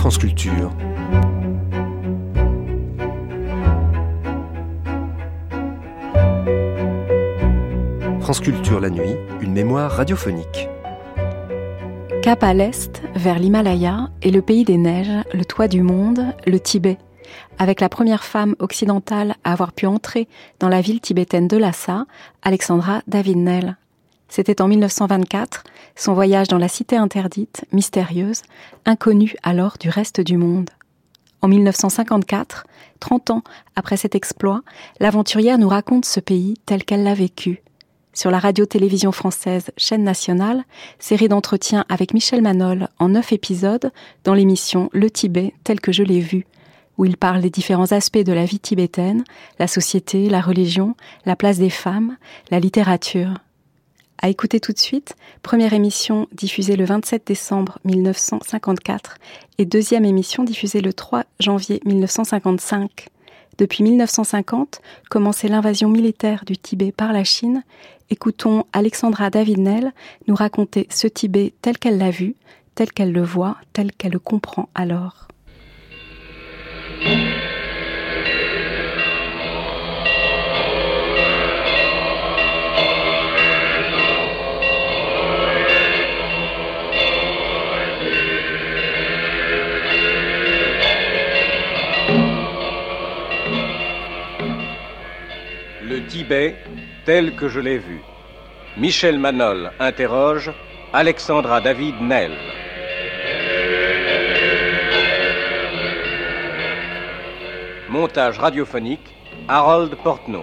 France Culture. France Culture la nuit, une mémoire radiophonique. Cap à l'est, vers l'Himalaya et le pays des neiges, le toit du monde, le Tibet. Avec la première femme occidentale à avoir pu entrer dans la ville tibétaine de Lhasa, Alexandra David-Néel. C'était en 1924, son voyage dans la cité interdite, mystérieuse, inconnue alors du reste du monde. En 1954, 30 ans après cet exploit, l'aventurière nous raconte ce pays tel qu'elle l'a vécu. Sur la radio-télévision française Chaîne Nationale, série d'entretiens avec Michel Manol en 9 épisodes dans l'émission Le Tibet tel que je l'ai vu, où il parle des différents aspects de la vie tibétaine, la société, la religion, la place des femmes, la littérature. À écouter tout de suite, première émission diffusée le 27 décembre 1954 et deuxième émission diffusée le 3 janvier 1955. Depuis 1950, commençait l'invasion militaire du Tibet par la Chine. Écoutons Alexandra David-Néel nous raconter ce Tibet tel qu'elle l'a vu, tel qu'elle le voit, tel qu'elle le comprend alors. Le Tibet tel que je l'ai vu. Michel Manol interroge Alexandra David-Néel. Montage radiophonique, Harold Portenoy.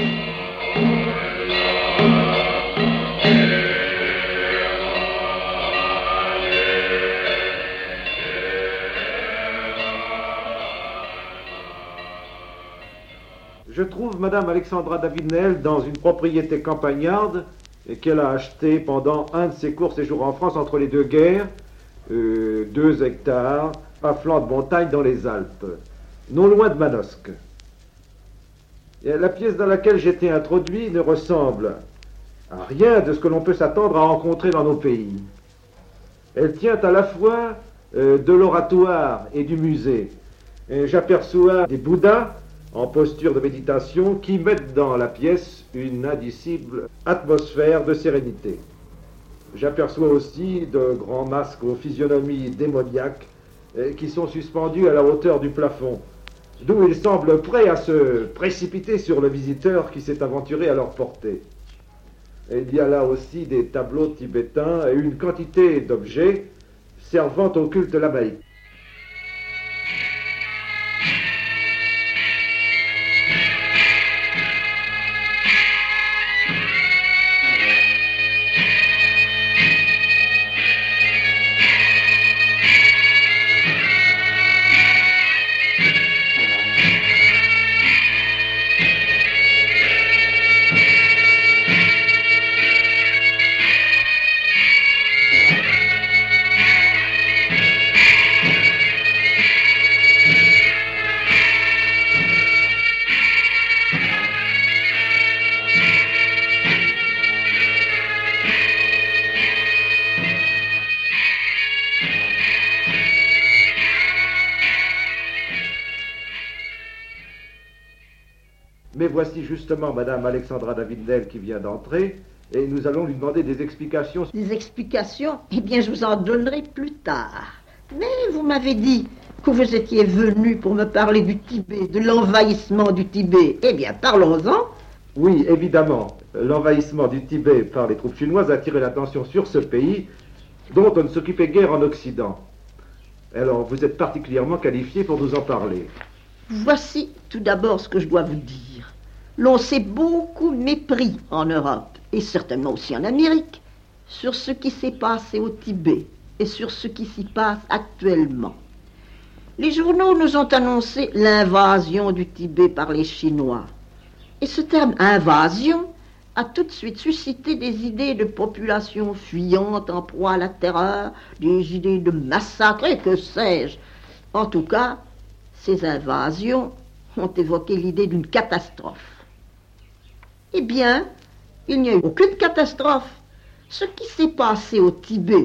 Je trouve Madame Alexandra David-Néel dans une propriété campagnarde qu'elle a achetée pendant un de ses courts séjours en France entre les deux guerres, 2 hectares, à flanc de montagne dans les Alpes, non loin de Manosque. Et la pièce dans laquelle j'ai été introduit ne ressemble à rien de ce que l'on peut s'attendre à rencontrer dans nos pays. Elle tient à la fois de l'oratoire et du musée. Et j'aperçois des Bouddhas en posture de méditation qui mettent dans la pièce une indicible atmosphère de sérénité. J'aperçois aussi de grands masques aux physionomies démoniaques qui sont suspendus à la hauteur du plafond, d'où ils semblent prêts à se précipiter sur le visiteur qui s'est aventuré à leur portée. Et il y a là aussi des tableaux tibétains et une quantité d'objets servant au culte lamaïque. Mais voici justement Madame Alexandra David-Néel qui vient d'entrer et nous allons lui demander des explications. Des explications? Eh bien, je vous en donnerai plus tard. Mais vous m'avez dit que vous étiez venu pour me parler du Tibet, de l'envahissement du Tibet. Eh bien, parlons-en. Oui, évidemment. L'envahissement du Tibet par les troupes chinoises a attiré l'attention sur ce pays dont on ne s'occupait guère en Occident. Alors, vous êtes particulièrement qualifié pour nous en parler. Voici tout d'abord ce que je dois vous dire. L'on s'est beaucoup mépris en Europe, et certainement aussi en Amérique, sur ce qui s'est passé au Tibet et sur ce qui s'y passe actuellement. Les journaux nous ont annoncé l'invasion du Tibet par les Chinois. Et ce terme « invasion » a tout de suite suscité des idées de population fuyante en proie à la terreur, des idées de massacre et que sais-je. En tout cas, ces invasions ont évoqué l'idée d'une catastrophe. Eh bien, il n'y a eu aucune catastrophe. Ce qui s'est passé au Tibet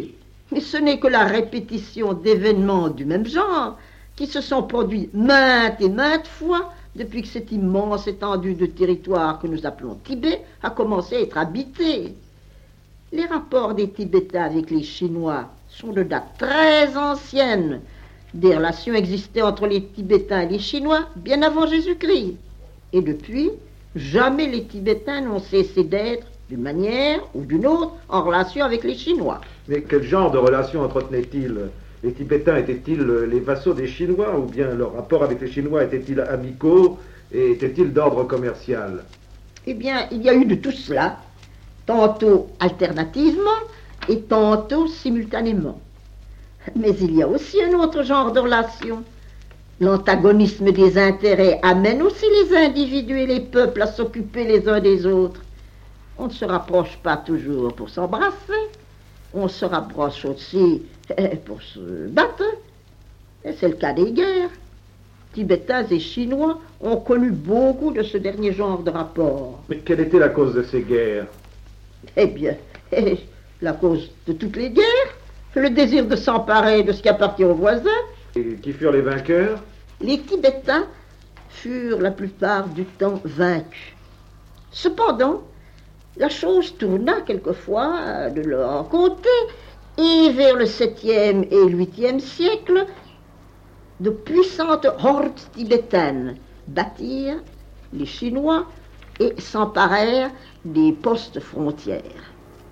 Mais ce n'est que la répétition d'événements du même genre qui se sont produits maintes et maintes fois depuis que cette immense étendue de territoire que nous appelons Tibet a commencé à être habitée. Les rapports des Tibétains avec les Chinois sont de date très ancienne. Des relations existaient entre les Tibétains et les Chinois bien avant Jésus-Christ. Et depuis, jamais les Tibétains n'ont cessé d'être, d'une manière ou d'une autre, en relation avec les Chinois. Mais quel genre de relation entretenaient-ils? Les Tibétains étaient-ils les vassaux des Chinois, ou bien leur rapport avec les Chinois était-il amicaux et était-il d'ordre commercial? Eh bien, il y a eu de tout cela, tantôt alternativement et tantôt simultanément. Mais il y a aussi un autre genre de relation. L'antagonisme des intérêts amène aussi les individus et les peuples à s'occuper les uns des autres. On ne se rapproche pas toujours pour s'embrasser, on se rapproche aussi pour se battre. Et c'est le cas des guerres. Tibétains et Chinois ont connu beaucoup de ce dernier genre de rapport. Mais quelle était la cause de ces guerres? Eh bien, la cause de toutes les guerres, le désir de s'emparer de ce qui appartient aux voisins. Et qui furent les vainqueurs? Les Tibétains furent la plupart du temps vaincus. Cependant, la chose tourna quelquefois de leur côté, et vers le 7e et 8e siècle, de puissantes hordes tibétaines battirent les Chinois et s'emparèrent des postes frontières.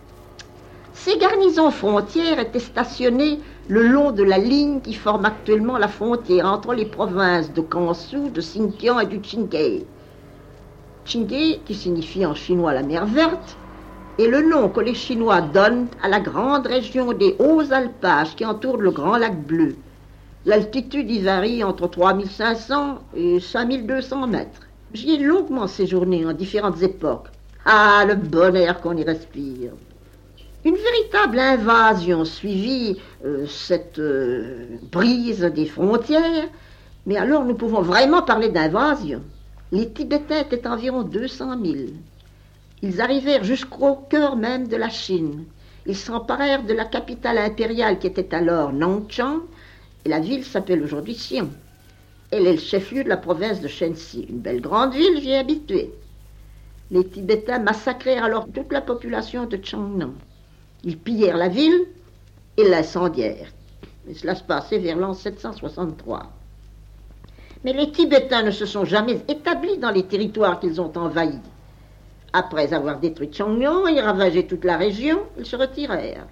Ces garnisons frontières étaient stationnées le long de la ligne qui forme actuellement la frontière entre les provinces de Gansu, de Xinjiang et du Qinghai. Qinghai, qui signifie en chinois la mer verte, est le nom que les Chinois donnent à la grande région des hauts alpages qui entourent le Grand Lac Bleu. L'altitude y varie entre 3500 et 5200 mètres. J'y ai longuement séjourné en différentes époques. Ah, le bon air qu'on y respire! Une véritable invasion suivit cette brise des frontières, mais alors nous pouvons vraiment parler d'invasion. Les Tibétains étaient environ 200 000. Ils arrivèrent jusqu'au cœur même de la Chine. Ils s'emparèrent de la capitale impériale qui était alors Nangchang, et la ville s'appelle aujourd'hui Xi'an. Elle est le chef-lieu de la province de Shenxi, une belle grande ville, j'y ai habitué. Les Tibétains massacrèrent alors toute la population de Changnan. Ils pillèrent la ville et l'incendièrent. Et cela se passait vers l'an 763. Mais les Tibétains ne se sont jamais établis dans les territoires qu'ils ont envahis. Après avoir détruit Changnan et ravagé toute la région, ils se retirèrent.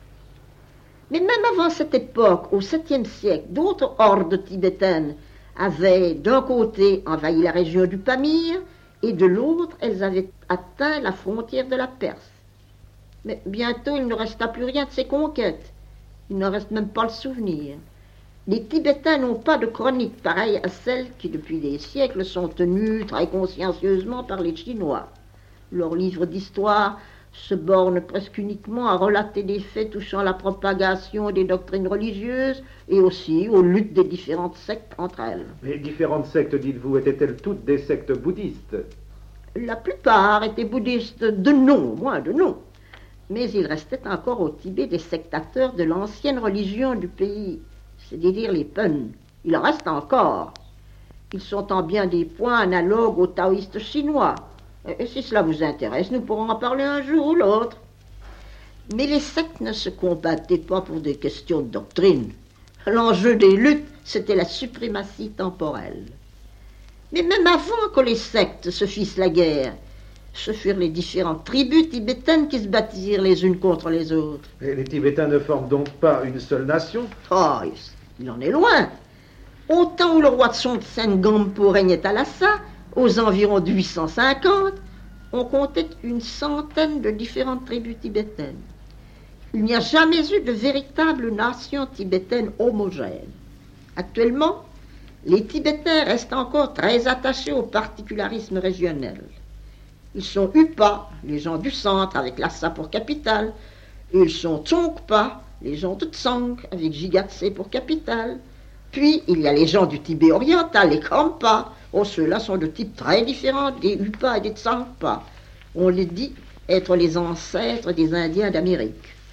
Mais même avant cette époque, au 7e siècle, d'autres hordes tibétaines avaient d'un côté envahi la région du Pamir et de l'autre, elles avaient atteint la frontière de la Perse. Mais bientôt, il ne resta plus rien de ces conquêtes. Il ne reste même pas le souvenir. Les Tibétains n'ont pas de chronique pareille à celles qui, depuis des siècles, sont tenues très consciencieusement par les Chinois. Leurs livres d'histoire se bornent presque uniquement à relater des faits touchant la propagation des doctrines religieuses et aussi aux luttes des différentes sectes entre elles. Les différentes sectes, dites-vous, étaient-elles toutes des sectes bouddhistes? La plupart étaient bouddhistes de nom, moins de nom. Mais il restait encore au Tibet des sectateurs de l'ancienne religion du pays, c'est-à-dire les Pun. Il en reste encore. Ils sont en bien des points analogues aux taoïstes chinois. Et si cela vous intéresse, nous pourrons en parler un jour ou l'autre. Mais les sectes ne se combattaient pas pour des questions de doctrine. L'enjeu des luttes, c'était la suprématie temporelle. Mais même avant que les sectes se fissent la guerre, ce furent les différentes tribus tibétaines qui se battirent les unes contre les autres. Et les Tibétains ne forment donc pas une seule nation? Oh, il en est loin. Au temps où le roi Tsongtsen Gampo régnait à Lhasa, aux environs de 850, on comptait une centaine de différentes tribus tibétaines. Il n'y a jamais eu de véritable nation tibétaine homogène. Actuellement, les Tibétains restent encore très attachés au particularisme régional. Ils sont Upa, les gens du centre, avec Lhasa pour capitale, et ils sont Tsongpa, les gens de Tsang, avec Jigatse pour capitale. Puis, il y a les gens du Tibet oriental, les Khampa. Oh, ceux-là sont de types très différents des Upa et des Tsangpa. On les dit être les ancêtres des Indiens d'Amérique.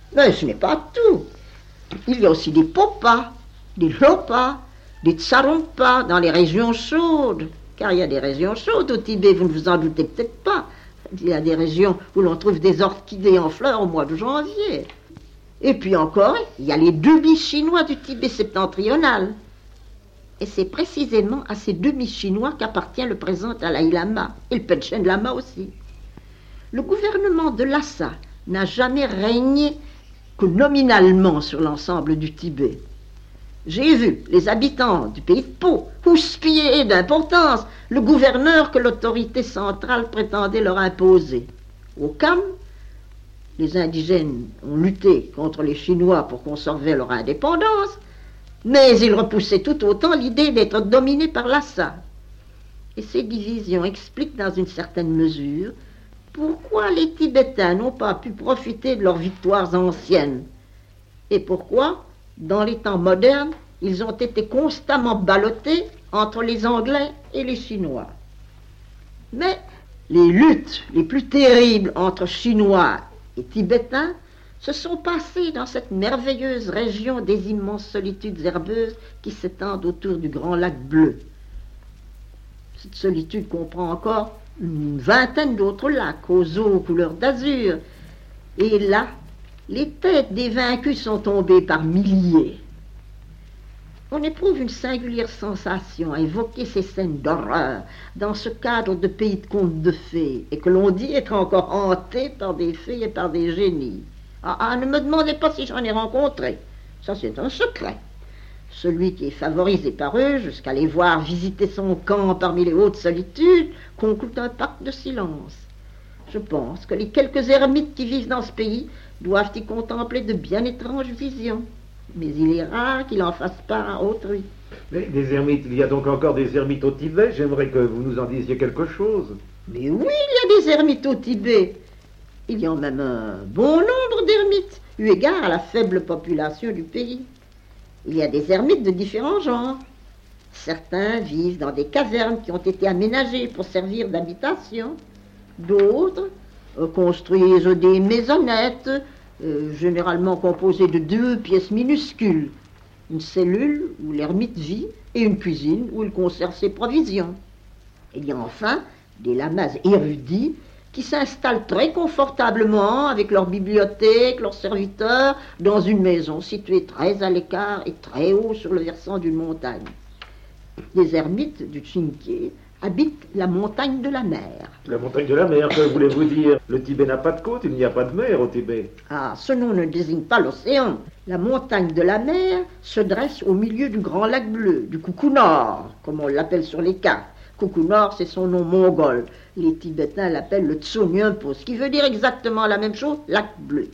Mais ce n'est pas tout. Il y a aussi des popas, des lopas, des tsarompas dans les régions chaudes. Car il y a des régions chaudes au Tibet, vous ne vous en doutez peut-être pas. Il y a des régions où l'on trouve des orchidées en fleurs au mois de janvier. Et puis encore, il y a les demi-chinois du Tibet septentrional. Et c'est précisément à ces demi-chinois qu'appartient le présent Dalai Lama, et le Panchen Lama aussi. Le gouvernement de Lhasa n'a jamais régné que nominalement sur l'ensemble du Tibet. J'ai vu les habitants du pays de Pô houspiller d'importance le gouverneur que l'autorité centrale prétendait leur imposer. Au Kham, les indigènes ont lutté contre les Chinois pour conserver leur indépendance, mais ils repoussaient tout autant l'idée d'être dominés par Lhasa. Et ces divisions expliquent dans une certaine mesure pourquoi les Tibétains n'ont pas pu profiter de leurs victoires anciennes et pourquoi, dans les temps modernes, ils ont été constamment ballottés entre les Anglais et les Chinois. Mais les luttes les plus terribles entre Chinois et Tibétains se sont passées dans cette merveilleuse région des immenses solitudes herbeuses qui s'étendent autour du grand lac bleu. Cette solitude comprend encore une vingtaine d'autres lacs aux eaux couleur d'azur. Et là, les têtes des vaincus sont tombées par milliers. On éprouve une singulière sensation à évoquer ces scènes d'horreur dans ce cadre de pays de contes de fées et que l'on dit être encore hanté par des fées et par des génies. Ne me demandez pas si j'en ai rencontré. Ça, c'est un secret. Celui qui est favorisé par eux jusqu'à les voir visiter son camp parmi les hautes solitudes conclut un pacte de silence. Je pense que les quelques ermites qui vivent dans ce pays doivent y contempler de bien étranges visions. Mais il est rare qu'il en fasse part à autrui. Mais des ermites, il y a donc encore des ermites au Tibet? J'aimerais que vous nous en disiez quelque chose. Mais oui, il y a des ermites au Tibet. Il y a même un bon nombre d'ermites, eu égard à la faible population du pays. Il y a des ermites de différents genres. Certains vivent dans des cavernes qui ont été aménagées pour servir d'habitation. D'autres construisent des maisonnettes, généralement composées de 2 pièces minuscules. Une cellule où l'ermite vit et une cuisine où il conserve ses provisions. Il y a enfin des lamas érudits qui s'installent très confortablement avec leur bibliothèque, leurs serviteurs, dans une maison située très à l'écart et très haut sur le versant d'une montagne. Les ermites du Chinquier habitent la montagne de la mer. La montagne de la mer, que voulez-vous dire? Le Tibet n'a pas de côte, il n'y a pas de mer au Tibet. Ce nom ne désigne pas l'océan. La montagne de la mer se dresse au milieu du grand lac bleu, du Coucou Nord, comme on l'appelle sur les cartes. Coucou Nord, c'est son nom mongol. Les Tibétains l'appellent le Tsonyumpo, ce qui veut dire exactement la même chose, lac bleu.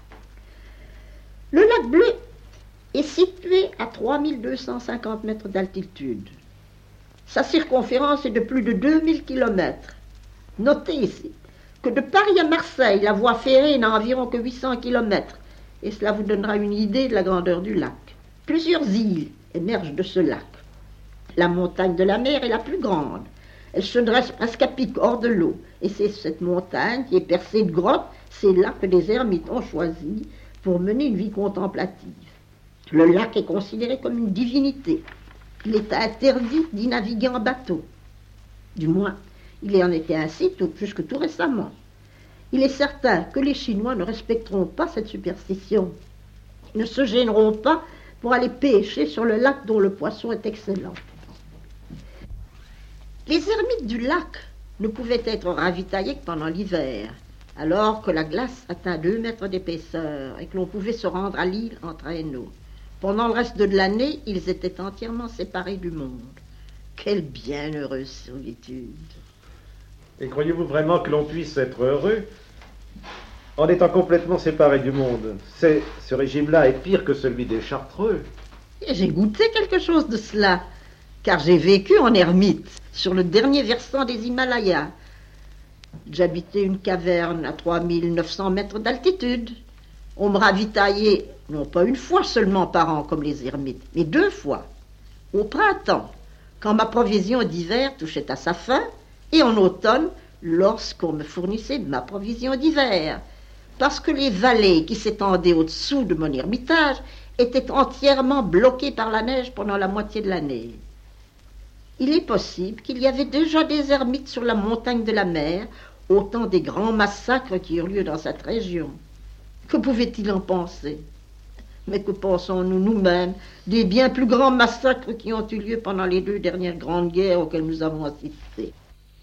Le lac bleu est situé à 3250 mètres d'altitude. Sa circonférence est de plus de 2000 km. Notez ici que de Paris à Marseille, la voie ferrée n'a environ que 800 km, et cela vous donnera une idée de la grandeur du lac. Plusieurs îles émergent de ce lac. La montagne de la mer est la plus grande. Elle se dresse presque à pic hors de l'eau. Et c'est cette montagne qui est percée de grottes. C'est là que des ermites ont choisi pour mener une vie contemplative. Le lac est considéré comme une divinité. Il est interdit d'y naviguer en bateau. Du moins, il en était ainsi jusque tout récemment. Il est certain que les Chinois ne respecteront pas cette superstition. Ils ne se gêneront pas pour aller pêcher sur le lac dont le poisson est excellent. Les ermites du lac ne pouvaient être ravitaillés que pendant l'hiver, alors que la glace atteint 2 mètres d'épaisseur et que l'on pouvait se rendre à l'île en traîneau. Pendant le reste de l'année, ils étaient entièrement séparés du monde. Quelle bienheureuse solitude! Et croyez-vous vraiment que l'on puisse être heureux en étant complètement séparé du monde? Ce régime-là est pire que celui des Chartreux. Et j'ai goûté quelque chose de cela, car j'ai vécu en ermite, sur le dernier versant des Himalayas. J'habitais une caverne à 3900 mètres d'altitude. On me ravitaillait, non pas une fois seulement par an comme les ermites, mais 2 fois. Au printemps, quand ma provision d'hiver touchait à sa fin, et en automne, lorsqu'on me fournissait ma provision d'hiver. parce que les vallées qui s'étendaient au-dessous de mon ermitage étaient entièrement bloquées par la neige pendant la moitié de l'année. Il est possible qu'il y avait déjà des ermites sur la montagne de la mer au temps des grands massacres qui eurent lieu dans cette région. Que pouvait-il en penser? Mais que pensons-nous nous-mêmes des bien plus grands massacres qui ont eu lieu pendant les 2 dernières grandes guerres auxquelles nous avons assisté?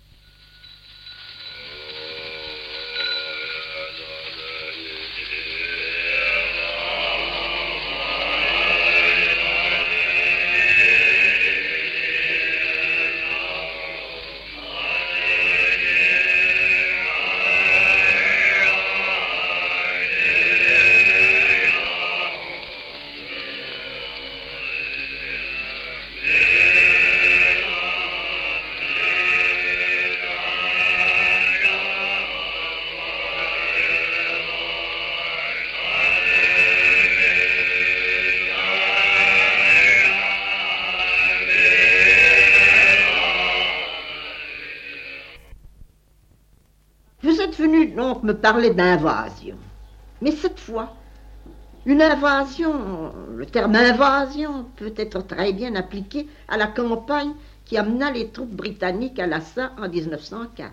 Vous êtes venu donc me parler d'invasion. Mais cette fois, une invasion, le terme invasion peut être très bien appliqué à la campagne qui amena les troupes britanniques à Lhasa en 1904.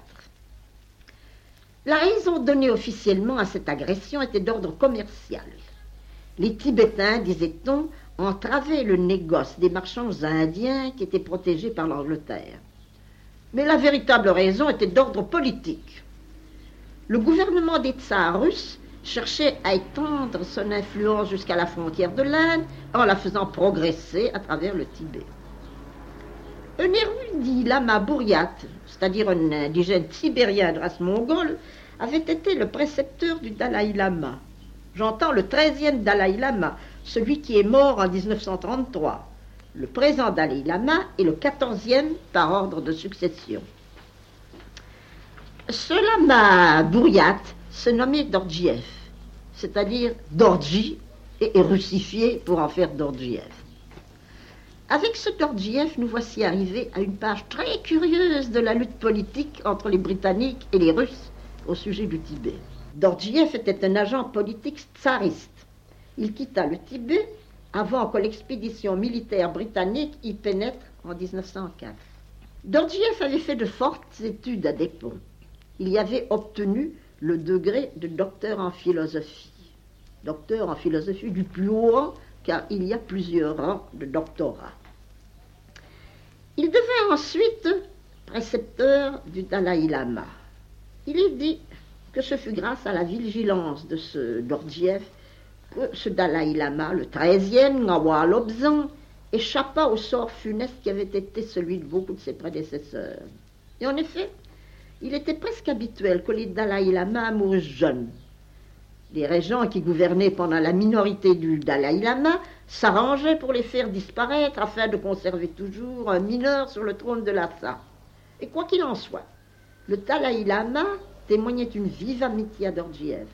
La raison donnée officiellement à cette agression était d'ordre commercial. Les Tibétains, disait-on, entravaient le négoce des marchands indiens qui étaient protégés par l'Angleterre. Mais la véritable raison était d'ordre politique. Le gouvernement des tsars russes cherchait à étendre son influence jusqu'à la frontière de l'Inde en la faisant progresser à travers le Tibet. Un érudit lama Buryat, c'est-à-dire un indigène sibérien de race mongole, avait été le précepteur du Dalai Lama. J'entends le 13e Dalai Lama, celui qui est mort en 1933. Le présent Dalai Lama est le 14e par ordre de succession. Ce lama Buryat se nommait Dorjiev, c'est-à-dire Dorji, et est russifié pour en faire Dorjiev. Avec ce Dorjiev, nous voici arrivés à une page très curieuse de la lutte politique entre les Britanniques et les Russes au sujet du Tibet. Dorjiev était un agent politique tsariste. Il quitta le Tibet avant que l'expédition militaire britannique y pénètre en 1904. Dorjiev avait fait de fortes études à Dépôt. Il y avait obtenu le degré de docteur en philosophie. Docteur en philosophie du plus haut rang, car il y a plusieurs rangs de doctorat. Il devint ensuite précepteur du Dalai Lama. Il est dit que ce fut grâce à la vigilance de ce Dorjiev que ce Dalai Lama, le 13e, Ngawa Lobsang, échappa au sort funeste qui avait été celui de beaucoup de ses prédécesseurs. Et en effet, il était presque habituel que les Dalai Lama mourissent jeunes. Les régents qui gouvernaient pendant la minorité du Dalai Lama s'arrangeaient pour les faire disparaître afin de conserver toujours un mineur sur le trône de Lhasa. Et quoi qu'il en soit, le Dalai Lama témoignait une vive amitié à Dorjiev.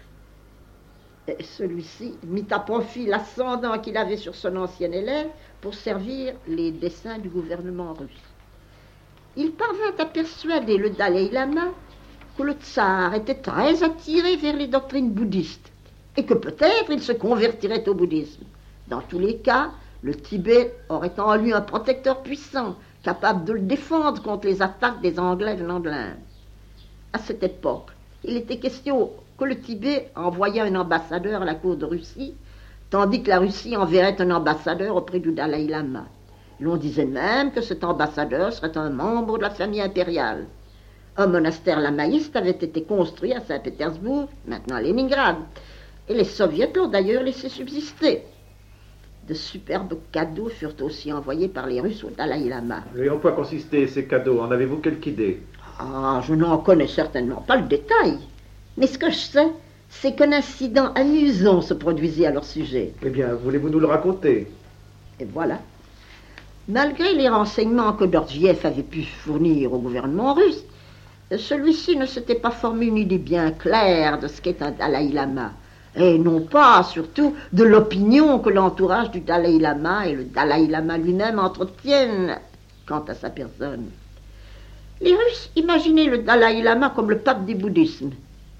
Et celui-ci mit à profit l'ascendant qu'il avait sur son ancien élève pour servir les desseins du gouvernement russe. Il parvint à persuader le Dalai Lama que le tsar était très attiré vers les doctrines bouddhistes et que peut-être il se convertirait au bouddhisme. Dans tous les cas, le Tibet aurait en lui un protecteur puissant, capable de le défendre contre les attaques des Anglais venant de l'Inde. À cette époque, il était question que le Tibet envoyait un ambassadeur à la cour de Russie, tandis que la Russie enverrait un ambassadeur auprès du Dalai Lama. L'on disait même que cet ambassadeur serait un membre de la famille impériale. Un monastère lamaïste avait été construit à Saint-Pétersbourg, maintenant à Leningrad, et les soviets l'ont d'ailleurs laissé subsister. De superbes cadeaux furent aussi envoyés par les Russes au Dalai Lama. Et en quoi consistaient ces cadeaux? En avez-vous quelque idée? Je n'en connais certainement pas le détail. Mais ce que je sais, c'est qu'un incident amusant se produisit à leur sujet. Eh bien, voulez-vous nous le raconter? Et voilà. Malgré les renseignements que Dorjiev avait pu fournir au gouvernement russe, celui-ci ne s'était pas formé une idée bien claire de ce qu'est un Dalai Lama, et non pas, surtout, de l'opinion que l'entourage du Dalai Lama et le Dalai Lama lui-même entretiennent quant à sa personne. Les Russes imaginaient le Dalai Lama comme le pape du bouddhisme,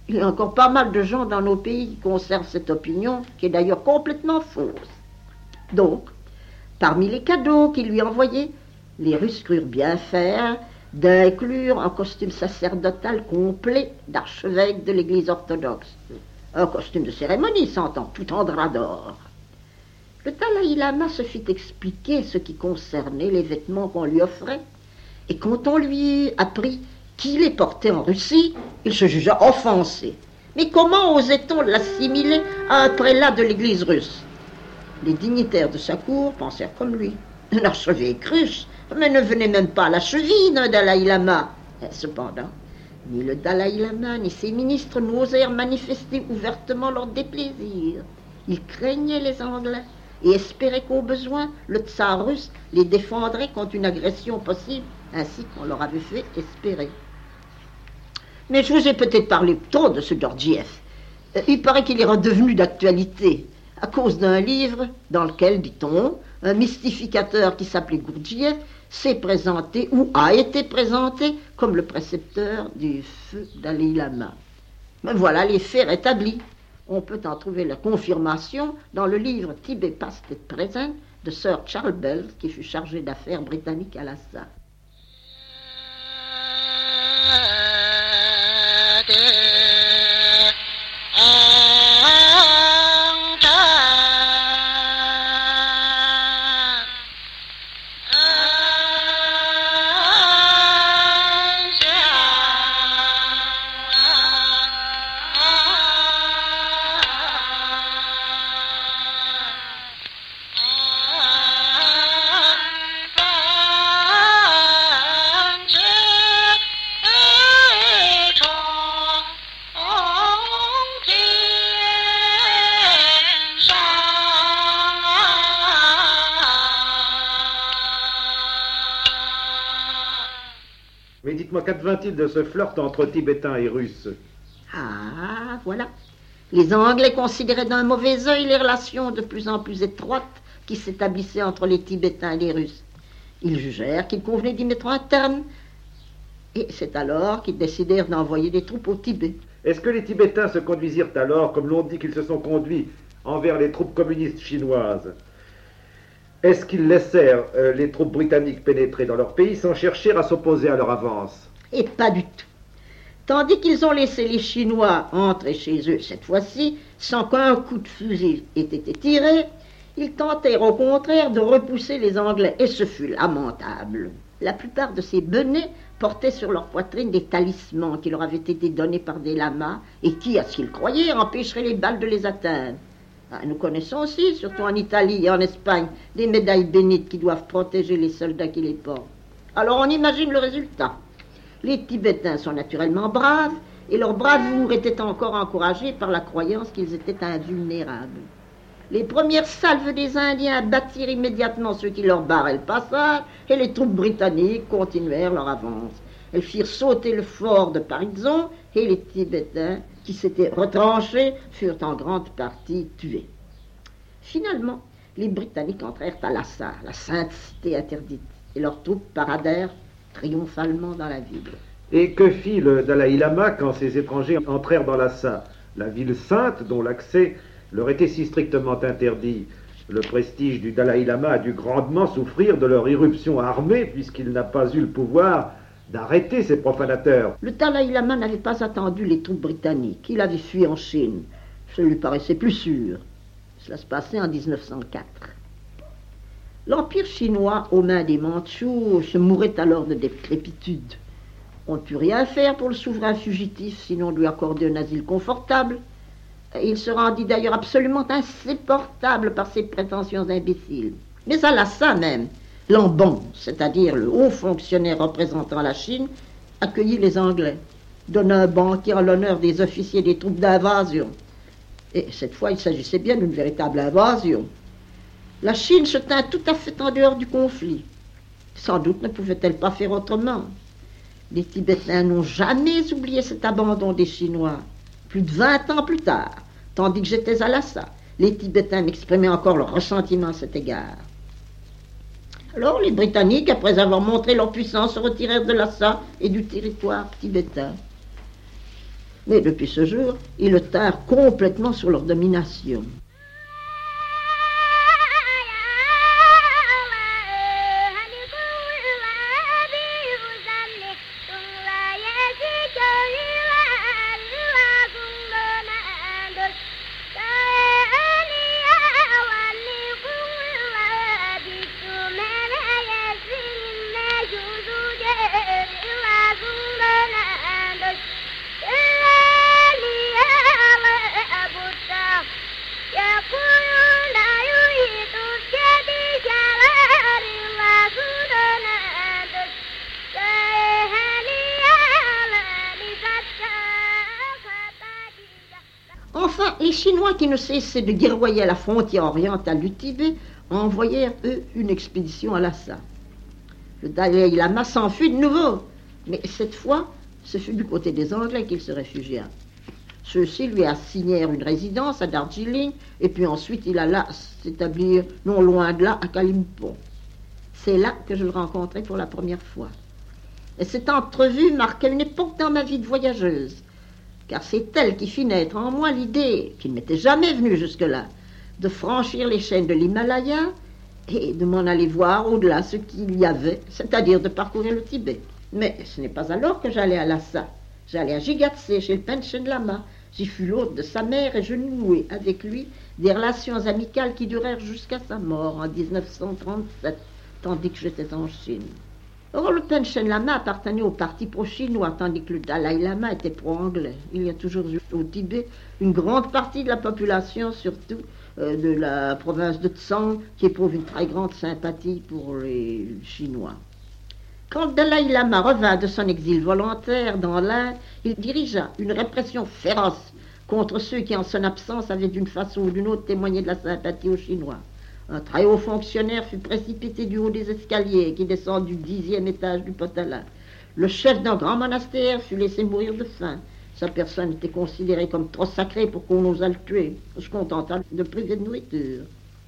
Il y a encore pas mal de gens dans nos pays qui conservent cette opinion, qui est d'ailleurs complètement fausse. Donc, parmi les cadeaux qu'il lui envoyait, les Russes crurent bien faire d'inclure un costume sacerdotal complet d'archevêque de l'Église orthodoxe. Un costume de cérémonie, s'entend, tout en drap d'or. Le Dalaï Lama se fit expliquer ce qui concernait les vêtements qu'on lui offrait, et quand on lui apprit qu'il les portait en Russie, il se jugea offensé. Mais comment osait-on l'assimiler à un prélat de l'Église russe? Les dignitaires de sa cour pensèrent comme lui. Un archevêque russe, mais ne venait même pas à la cheville d'un Dalaï Lama. Cependant, ni le Dalaï Lama ni ses ministres n'osèrent manifester ouvertement leur déplaisir. Ils craignaient les Anglais et espéraient qu'au besoin, le tsar russe les défendrait contre une agression possible, ainsi qu'on leur avait fait espérer. Mais je vous ai peut-être parlé trop de ce Gurdjieff. Il paraît qu'il est redevenu d'actualité à cause d'un livre dans lequel, dit-on, un mystificateur qui s'appelait Gurdjieff s'est présenté ou a été présenté comme le précepteur du feu Dalaï Lama. Mais voilà les faits rétablis. On peut en trouver la confirmation dans le livre Tibet Past et Present de Sir Charles Bell, qui fut chargé d'affaires britanniques à Lhasa. Mais dites-moi, qu'advint-il de ce flirt entre Tibétains et Russes? Ah, voilà. Les Anglais considéraient d'un mauvais œil les relations de plus en plus étroites qui s'établissaient entre les Tibétains et les Russes. Ils jugèrent qu'il convenait d'y mettre un terme. Et c'est alors qu'ils décidèrent d'envoyer des troupes au Tibet. Est-ce que les Tibétains se conduisirent alors, comme l'on dit qu'ils se sont conduits envers les troupes communistes chinoises? Est-ce qu'ils laissèrent les troupes britanniques pénétrer dans leur pays sans chercher à s'opposer à leur avance? Et pas du tout. Tandis qu'ils ont laissé les Chinois entrer chez eux cette fois-ci, sans qu'un coup de fusil ait été tiré, ils tentèrent au contraire de repousser les Anglais, et ce fut lamentable. La plupart de ces benets portaient sur leur poitrine des talismans qui leur avaient été donnés par des lamas, et qui, à ce qu'ils croyaient, empêcheraient les balles de les atteindre. Nous connaissons aussi, surtout en Italie et en Espagne, des médailles bénites qui doivent protéger les soldats qui les portent. Alors on imagine le résultat. Les Tibétains sont naturellement braves, et leur bravoure était encore encouragée par la croyance qu'ils étaient invulnérables. Les premières salves des Indiens abattirent immédiatement ceux qui leur barraient le passage, et les troupes britanniques continuèrent leur avance. Elles firent sauter le fort de Parizon, et les Tibétains, qui s'étaient retranchés, furent en grande partie tués. Finalement, les Britanniques entrèrent à Lhasa, la sainte cité interdite, et leurs troupes paradèrent triomphalement dans la ville. Et que fit le Dalaï Lama quand ces étrangers entrèrent dans Lhasa, la ville sainte dont l'accès leur était si strictement interdit? Le prestige du Dalaï Lama a dû grandement souffrir de leur irruption armée, puisqu'il n'a pas eu le pouvoir d'arrêter ces profanateurs. Le Dalaï Lama n'avait pas attendu les troupes britanniques. Il avait fui en Chine. Ça lui paraissait plus sûr. Cela se passait en 1904. L'Empire chinois, aux mains des Mandchous, se mourait alors de décrépitude. On ne put rien faire pour le souverain fugitif, sinon lui accorder un asile confortable. Il se rendit d'ailleurs absolument insupportable par ses prétentions imbéciles. Mais à Lhasa même, Lambon, c'est-à-dire le haut fonctionnaire représentant la Chine, accueillit les Anglais, donna un banquet en l'honneur des officiers des troupes d'invasion. Et cette fois, il s'agissait bien d'une véritable invasion. La Chine se tint tout à fait en dehors du conflit. Sans doute ne pouvait-elle pas faire autrement. Les Tibétains n'ont jamais oublié cet abandon des Chinois. Plus de 20 ans plus tard, tandis que j'étais à Lhasa, les Tibétains m'exprimaient encore leur ressentiment à cet égard. Alors les Britanniques, après avoir montré leur puissance, se retirèrent de Lhasa et du territoire tibétain. Mais depuis ce jour, ils le tinrent complètement sous leur domination. Enfin, les Chinois qui ne cessaient de guerroyer à la frontière orientale du Tibet envoyèrent, eux, une expédition à Lhasa. Le Dalai Lama s'enfuit de nouveau, mais cette fois, ce fut du côté des Anglais qu'il se réfugia. Ceux-ci lui assignèrent une résidence à Darjeeling, et puis ensuite il alla s'établir non loin de là, à Kalimpong. C'est là que je le rencontrai pour la première fois. Et cette entrevue marqua une époque dans ma vie de voyageuse, car c'est elle qui fit naître en moi l'idée, qui ne m'était jamais venue jusque-là, de franchir les chaînes de l'Himalaya et de m'en aller voir au-delà ce qu'il y avait, c'est-à-dire de parcourir le Tibet. Mais ce n'est pas alors que j'allais à Lhasa. J'allais à Jigatsé, chez le Panchen Lama. J'y fus l'hôte de sa mère et je nouai avec lui des relations amicales qui durèrent jusqu'à sa mort en 1937, tandis que j'étais en Chine. Or, le Panchen Lama appartenait au parti pro-chinois, tandis que le Dalai Lama était pro-anglais. Il y a toujours eu au Tibet une grande partie de la population, surtout de la province de Tsang, qui éprouve une très grande sympathie pour les Chinois. Quand le Dalai Lama revint de son exil volontaire dans l'Inde, il dirigea une répression féroce contre ceux qui, en son absence, avaient d'une façon ou d'une autre témoigné de la sympathie aux Chinois. Un très haut fonctionnaire fut précipité du haut des escaliers qui descendent du 10e étage du Potala. Le chef d'un grand monastère fut laissé mourir de faim. Sa personne était considérée comme trop sacrée pour qu'on osât le tuer. On se contenta de priver de nourriture.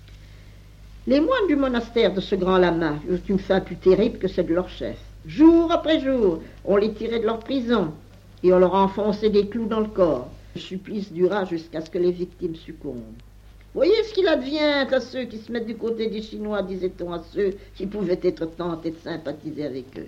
Les moines du monastère de ce grand lama eurent une fin plus terrible que celle de leur chef. Jour après jour, on les tirait de leur prison et on leur enfonçait des clous dans le corps. Le supplice dura jusqu'à ce que les victimes succombent. Voyez ce qu'il advient à ceux qui se mettent du côté des Chinois, disait-on à ceux qui pouvaient être tentés de sympathiser avec eux.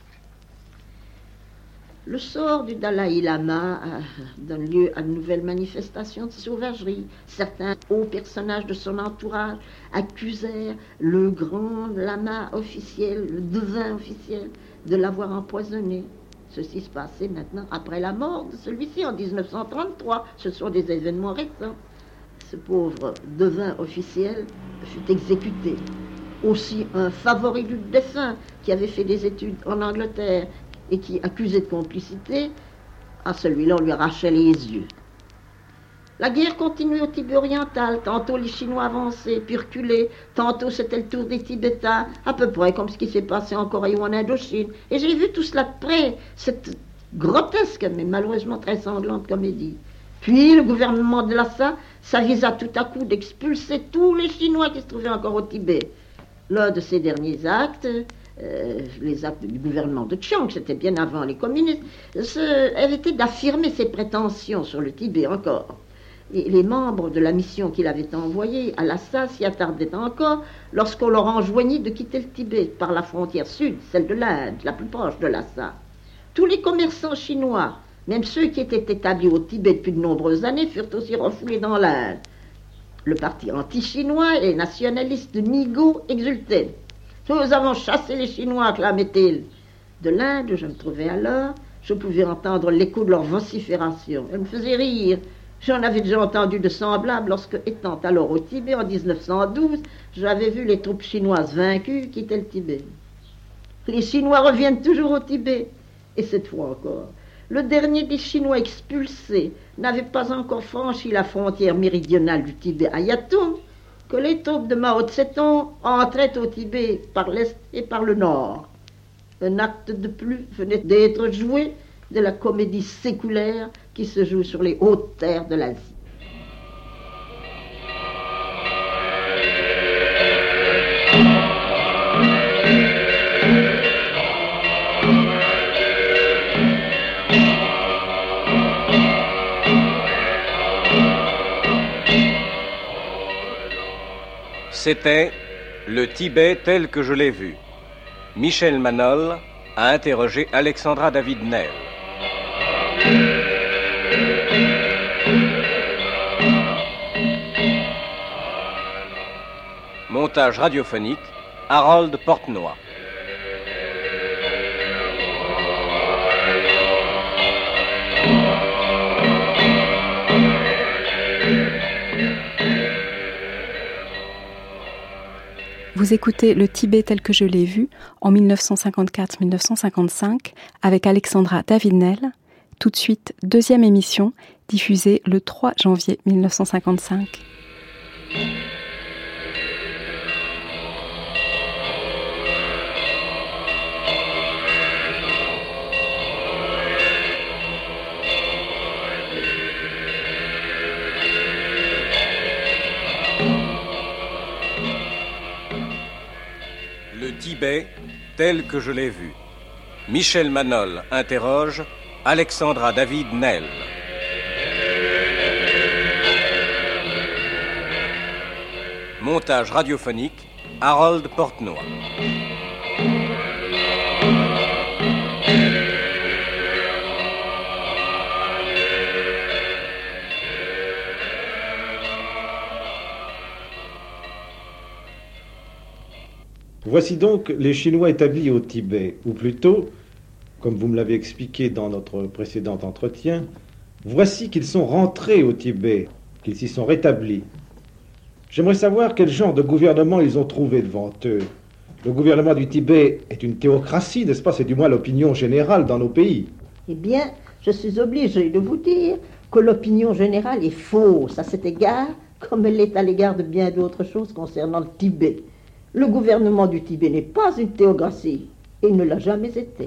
Le sort du Dalai Lama donne lieu à de nouvelles manifestations de sauvagerie. Certains hauts personnages de son entourage accusèrent le grand lama officiel, le devin officiel, de l'avoir empoisonné. Ceci se passait maintenant après la mort de celui-ci en 1933. Ce sont des événements récents. Ce pauvre devin officiel fut exécuté. Aussi un favori du défunt qui avait fait des études en Angleterre et qui, accusé de complicité, à celui-là on lui arrachait les yeux. La guerre continuait au Tibet oriental. Tantôt les Chinois avançaient, puis reculaient. Tantôt c'était le tour des Tibétains, à peu près comme ce qui s'est passé en Corée ou en Indochine. Et j'ai vu tout cela de près, cette grotesque mais malheureusement très sanglante comédie. Puis le gouvernement de Lhasa s'avisa tout à coup d'expulser tous les Chinois qui se trouvaient encore au Tibet. L'un de ces derniers actes, les actes du gouvernement de Chiang, c'était bien avant les communistes, avait été d'affirmer ses prétentions sur le Tibet encore. Et les membres de la mission qu'il avait envoyée à Lhasa s'y attardaient encore lorsqu'on leur enjoignit de quitter le Tibet par la frontière sud, celle de l'Inde, la plus proche de Lhasa. Tous les commerçants chinois, même ceux qui étaient établis au Tibet depuis de nombreuses années, furent aussi refoulés dans l'Inde. Le parti anti-chinois et nationaliste de Nigo exultait. « Nous avons chassé les Chinois », clamait-il. De l'Inde où je me trouvais alors, je pouvais entendre l'écho de leur vocifération. Elle me faisait rire. J'en avais déjà entendu de semblables lorsque, étant alors au Tibet en 1912, j'avais vu les troupes chinoises vaincues quitter le Tibet. Les Chinois reviennent toujours au Tibet, et cette fois encore. Le dernier des Chinois expulsés n'avait pas encore franchi la frontière méridionale du Tibet à Yatung que les troupes de Mao Tse-tung entraient au Tibet par l'est et par le nord. Un acte de plus venait d'être joué de la comédie séculaire qui se joue sur les hautes terres de l'Asie. C'était le Tibet tel que je l'ai vu. Michel Manol a interrogé Alexandra David-Nel. Montage radiophonique, Harold Portenoy. Vous écoutez Le Tibet tel que je l'ai vu en 1954-1955 avec Alexandra David-Nel. Tout de suite, deuxième émission, diffusée le 3 janvier 1955. Le Tibet tel que je l'ai vu. Michel Manol interroge Alexandra David-Nel. Montage radiophonique, Harold Portenoy. Voici donc les Chinois établis au Tibet, ou plutôt, comme vous me l'avez expliqué dans notre précédent entretien, voici qu'ils sont rentrés au Tibet, qu'ils s'y sont rétablis. J'aimerais savoir quel genre de gouvernement ils ont trouvé devant eux. Le gouvernement du Tibet est une théocratie, n'est-ce pas? C'est du moins l'opinion générale dans nos pays. Eh bien, je suis obligée de vous dire que l'opinion générale est fausse à cet égard, comme elle l'est à l'égard de bien d'autres choses concernant le Tibet. Le gouvernement du Tibet n'est pas une théocratie, et il ne l'a jamais été.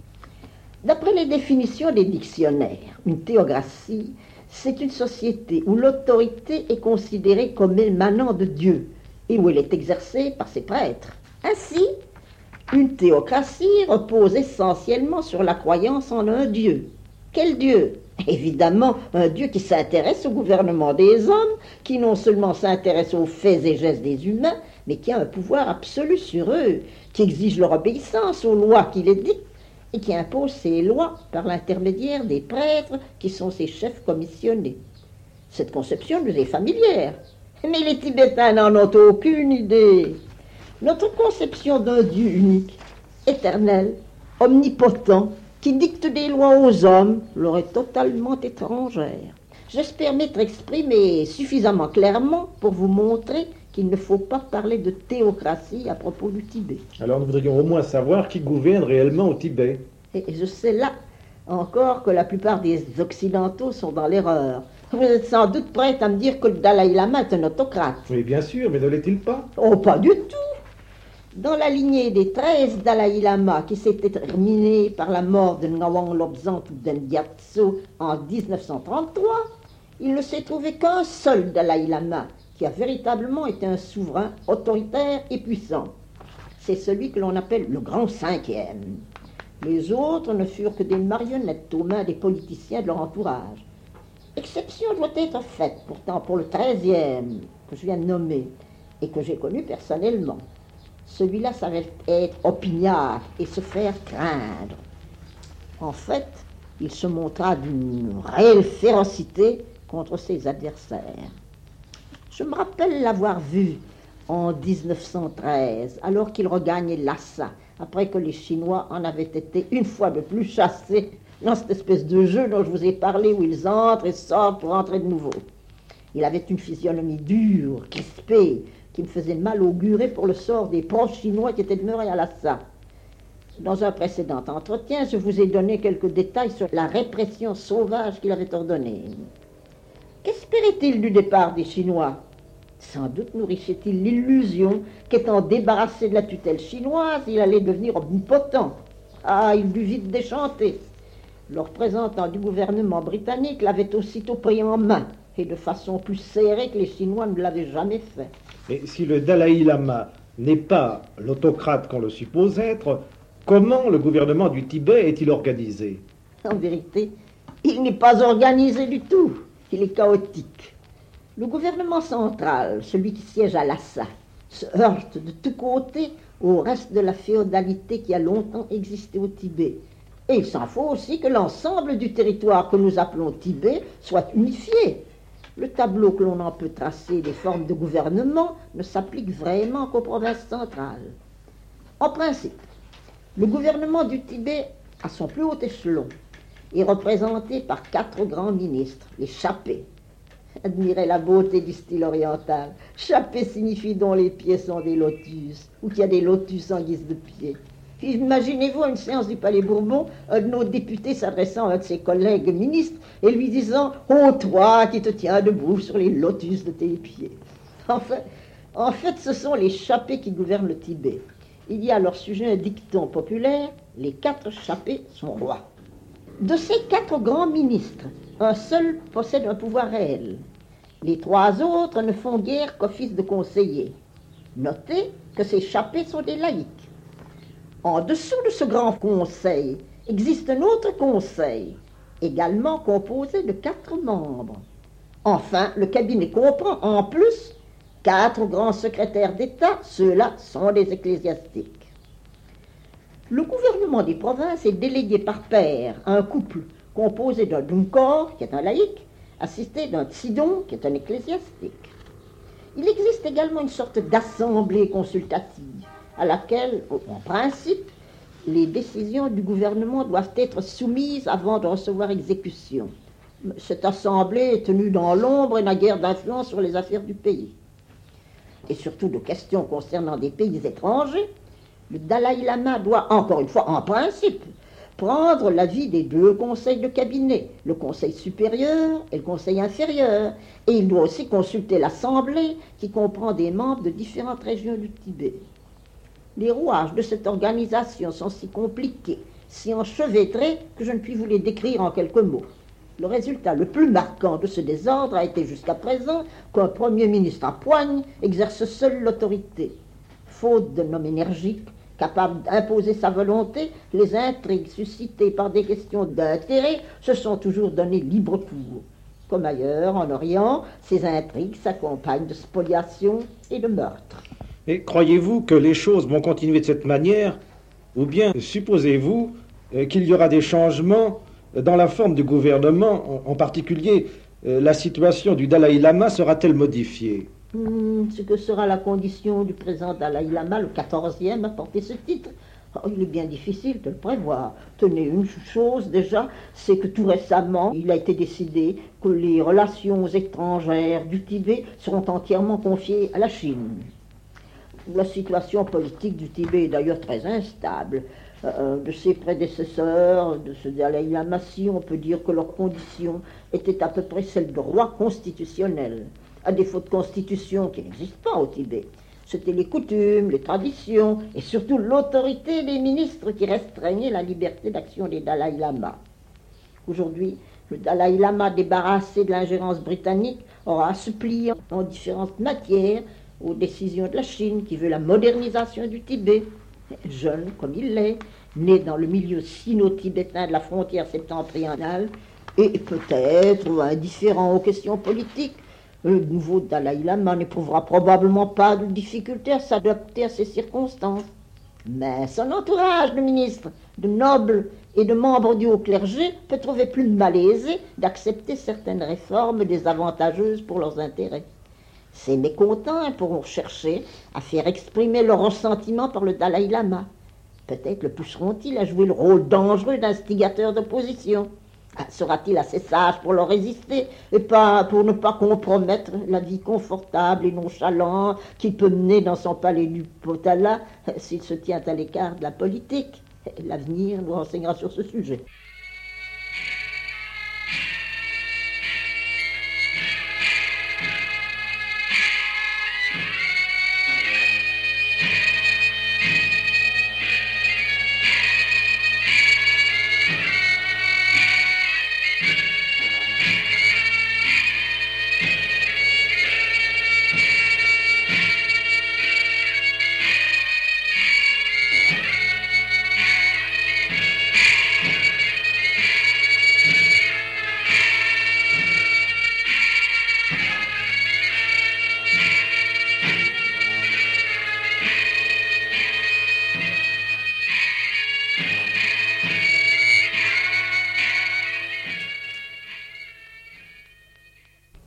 D'après les définitions des dictionnaires, une théocratie, c'est une société où l'autorité est considérée comme émanant de Dieu et où elle est exercée par ses prêtres. Ainsi, une théocratie repose essentiellement sur la croyance en un Dieu. Quel Dieu? Évidemment, un Dieu qui s'intéresse au gouvernement des hommes, qui non seulement s'intéresse aux faits et gestes des humains, mais qui a un pouvoir absolu sur eux, qui exige leur obéissance aux lois qu'il édicte et qui impose ces lois par l'intermédiaire des prêtres qui sont ses chefs commissionnés. Cette conception nous est familière, mais les Tibétains n'en ont aucune idée. Notre conception d'un Dieu unique, éternel, omnipotent, qui dicte des lois aux hommes, leur est totalement étrangère. J'espère m'être exprimé suffisamment clairement pour vous montrer qu'il ne faut pas parler de théocratie à propos du Tibet. Alors nous voudrions au moins savoir qui gouverne réellement au Tibet. Et je sais là encore que la plupart des Occidentaux sont dans l'erreur. Vous êtes sans doute prête à me dire que le Dalai Lama est un autocrate. Oui, bien sûr, mais ne l'est-il pas? Oh, pas du tout. Dans la lignée des 13 Dalai Lama qui s'était terminée par la mort de Ngawang Lobsang Tuden Gyatso en 1933, il ne s'est trouvé qu'un seul Dalai Lama qui a véritablement été un souverain autoritaire et puissant. C'est celui que l'on appelle le Grand Cinquième. Les autres ne furent que des marionnettes aux mains des politiciens de leur entourage. Exception doit être faite pourtant pour le 13e que je viens de nommer et que j'ai connu personnellement. Celui-là savait être opiniâtre et se faire craindre. En fait, il se montra d'une réelle férocité contre ses adversaires. Je me rappelle l'avoir vu en 1913, alors qu'il regagnait Lhasa, après que les Chinois en avaient été une fois de plus chassés dans cette espèce de jeu dont je vous ai parlé, où ils entrent et sortent pour entrer de nouveau. Il avait une physionomie dure, crispée, qui me faisait mal augurer pour le sort des proches Chinois qui étaient demeurés à Lhasa. Dans un précédent entretien, je vous ai donné quelques détails sur la répression sauvage qu'il avait ordonnée. Qu'espérait-il du départ des Chinois? Sans doute nourrissait-il l'illusion qu'étant débarrassé de la tutelle chinoise, il allait devenir omnipotent. Ah, il dut vite déchanter. Le représentant du gouvernement britannique l'avait aussitôt pris en main, et de façon plus serrée que les Chinois ne l'avaient jamais fait. Mais si le Dalai Lama n'est pas l'autocrate qu'on le suppose être, comment le gouvernement du Tibet est-il organisé? En vérité, il n'est pas organisé du tout. Il est chaotique. Le gouvernement central, celui qui siège à Lhasa, se heurte de tous côtés au reste de la féodalité qui a longtemps existé au Tibet. Et il s'en faut aussi que l'ensemble du territoire que nous appelons Tibet soit unifié. Le tableau que l'on en peut tracer des formes de gouvernement ne s'applique vraiment qu'aux provinces centrales. En principe, le gouvernement du Tibet, à son plus haut échelon, est représenté par 4 grands ministres, les chapés. Admirez la beauté du style oriental. Chapé signifie dont les pieds sont des lotus, ou qu'il y a des lotus en guise de pieds. Puis imaginez-vous une séance du Palais Bourbon, un de nos députés s'adressant à un de ses collègues ministres et lui disant « Oh, toi qui te tiens debout sur les lotus de tes pieds !» En fait, ce sont les chapés qui gouvernent le Tibet. Il y a à leur sujet un dicton populaire « Les 4 chapés sont rois ». De ces 4 grands ministres, un seul possède un pouvoir réel. Les 3 autres ne font guère qu'office de conseillers. Notez que ces chapés sont des laïcs. En dessous de ce grand conseil existe un autre conseil, également composé de 4 membres. Enfin, le cabinet comprend en plus 4 grands secrétaires d'État, ceux-là sont des ecclésiastiques. Le gouvernement des provinces est délégué par pair à un couple composé d'un Dunkor, qui est un laïc, assisté d'un Tsidon, qui est un ecclésiastique. Il existe également une sorte d'assemblée consultative, à laquelle, en principe, les décisions du gouvernement doivent être soumises avant de recevoir exécution. Cette assemblée est tenue dans l'ombre et n'a guère d'influence sur les affaires du pays. Et surtout de questions concernant des pays étrangers, le Dalai Lama doit, encore une fois, en principe, prendre l'avis des 2 conseils de cabinet, le conseil supérieur et le conseil inférieur, et il doit aussi consulter l'assemblée qui comprend des membres de différentes régions du Tibet. Les rouages de cette organisation sont si compliqués, si enchevêtrés, que je ne puis vous les décrire en quelques mots. Le résultat le plus marquant de ce désordre a été jusqu'à présent qu'un Premier ministre à poigne exerce seul l'autorité. Faute de noms énergiques, capable d'imposer sa volonté, les intrigues suscitées par des questions d'intérêt se sont toujours données libre cours. Comme ailleurs, en Orient, ces intrigues s'accompagnent de spoliations et de meurtres. Et croyez-vous que les choses vont continuer de cette manière, ou bien supposez-vous qu'il y aura des changements dans la forme du gouvernement, en particulier la situation du Dalai Lama sera-t-elle modifiée? Ce que sera la condition du présent Dalai Lama, le 14e, à porter ce titre, il est bien difficile de le prévoir. Tenez, une chose déjà, c'est que tout récemment, il a été décidé que les relations étrangères du Tibet seront entièrement confiées à la Chine. La situation politique du Tibet est d'ailleurs très instable. De ses prédécesseurs, de ce Dalai Lama, on peut dire que leurs conditions étaient à peu près celles de roi constitutionnel, à défaut de constitution qui n'existe pas au Tibet. C'était les coutumes, les traditions et surtout l'autorité des ministres qui restreignaient la liberté d'action des Dalai Lama. Aujourd'hui, le Dalai Lama, débarrassé de l'ingérence britannique, aura à se plier en différentes matières aux décisions de la Chine qui veut la modernisation du Tibet. Jeune comme il l'est, né dans le milieu sino-tibétain de la frontière septentrionale et peut-être indifférent aux questions politiques, le nouveau Dalai Lama n'éprouvera probablement pas de difficulté à s'adapter à ces circonstances. Mais son entourage de ministres, de nobles et de membres du haut clergé peut trouver plus malaisé d'accepter certaines réformes désavantageuses pour leurs intérêts. Ces mécontents pourront chercher à faire exprimer leur ressentiment par le Dalai Lama. Peut-être le pousseront-ils à jouer le rôle dangereux d'instigateur d'opposition. Sera-t-il assez sage pour leur résister et pas pour ne pas compromettre la vie confortable et nonchalante qu'il peut mener dans son palais du Potala s'il se tient à l'écart de la politique? L'avenir nous renseignera sur ce sujet.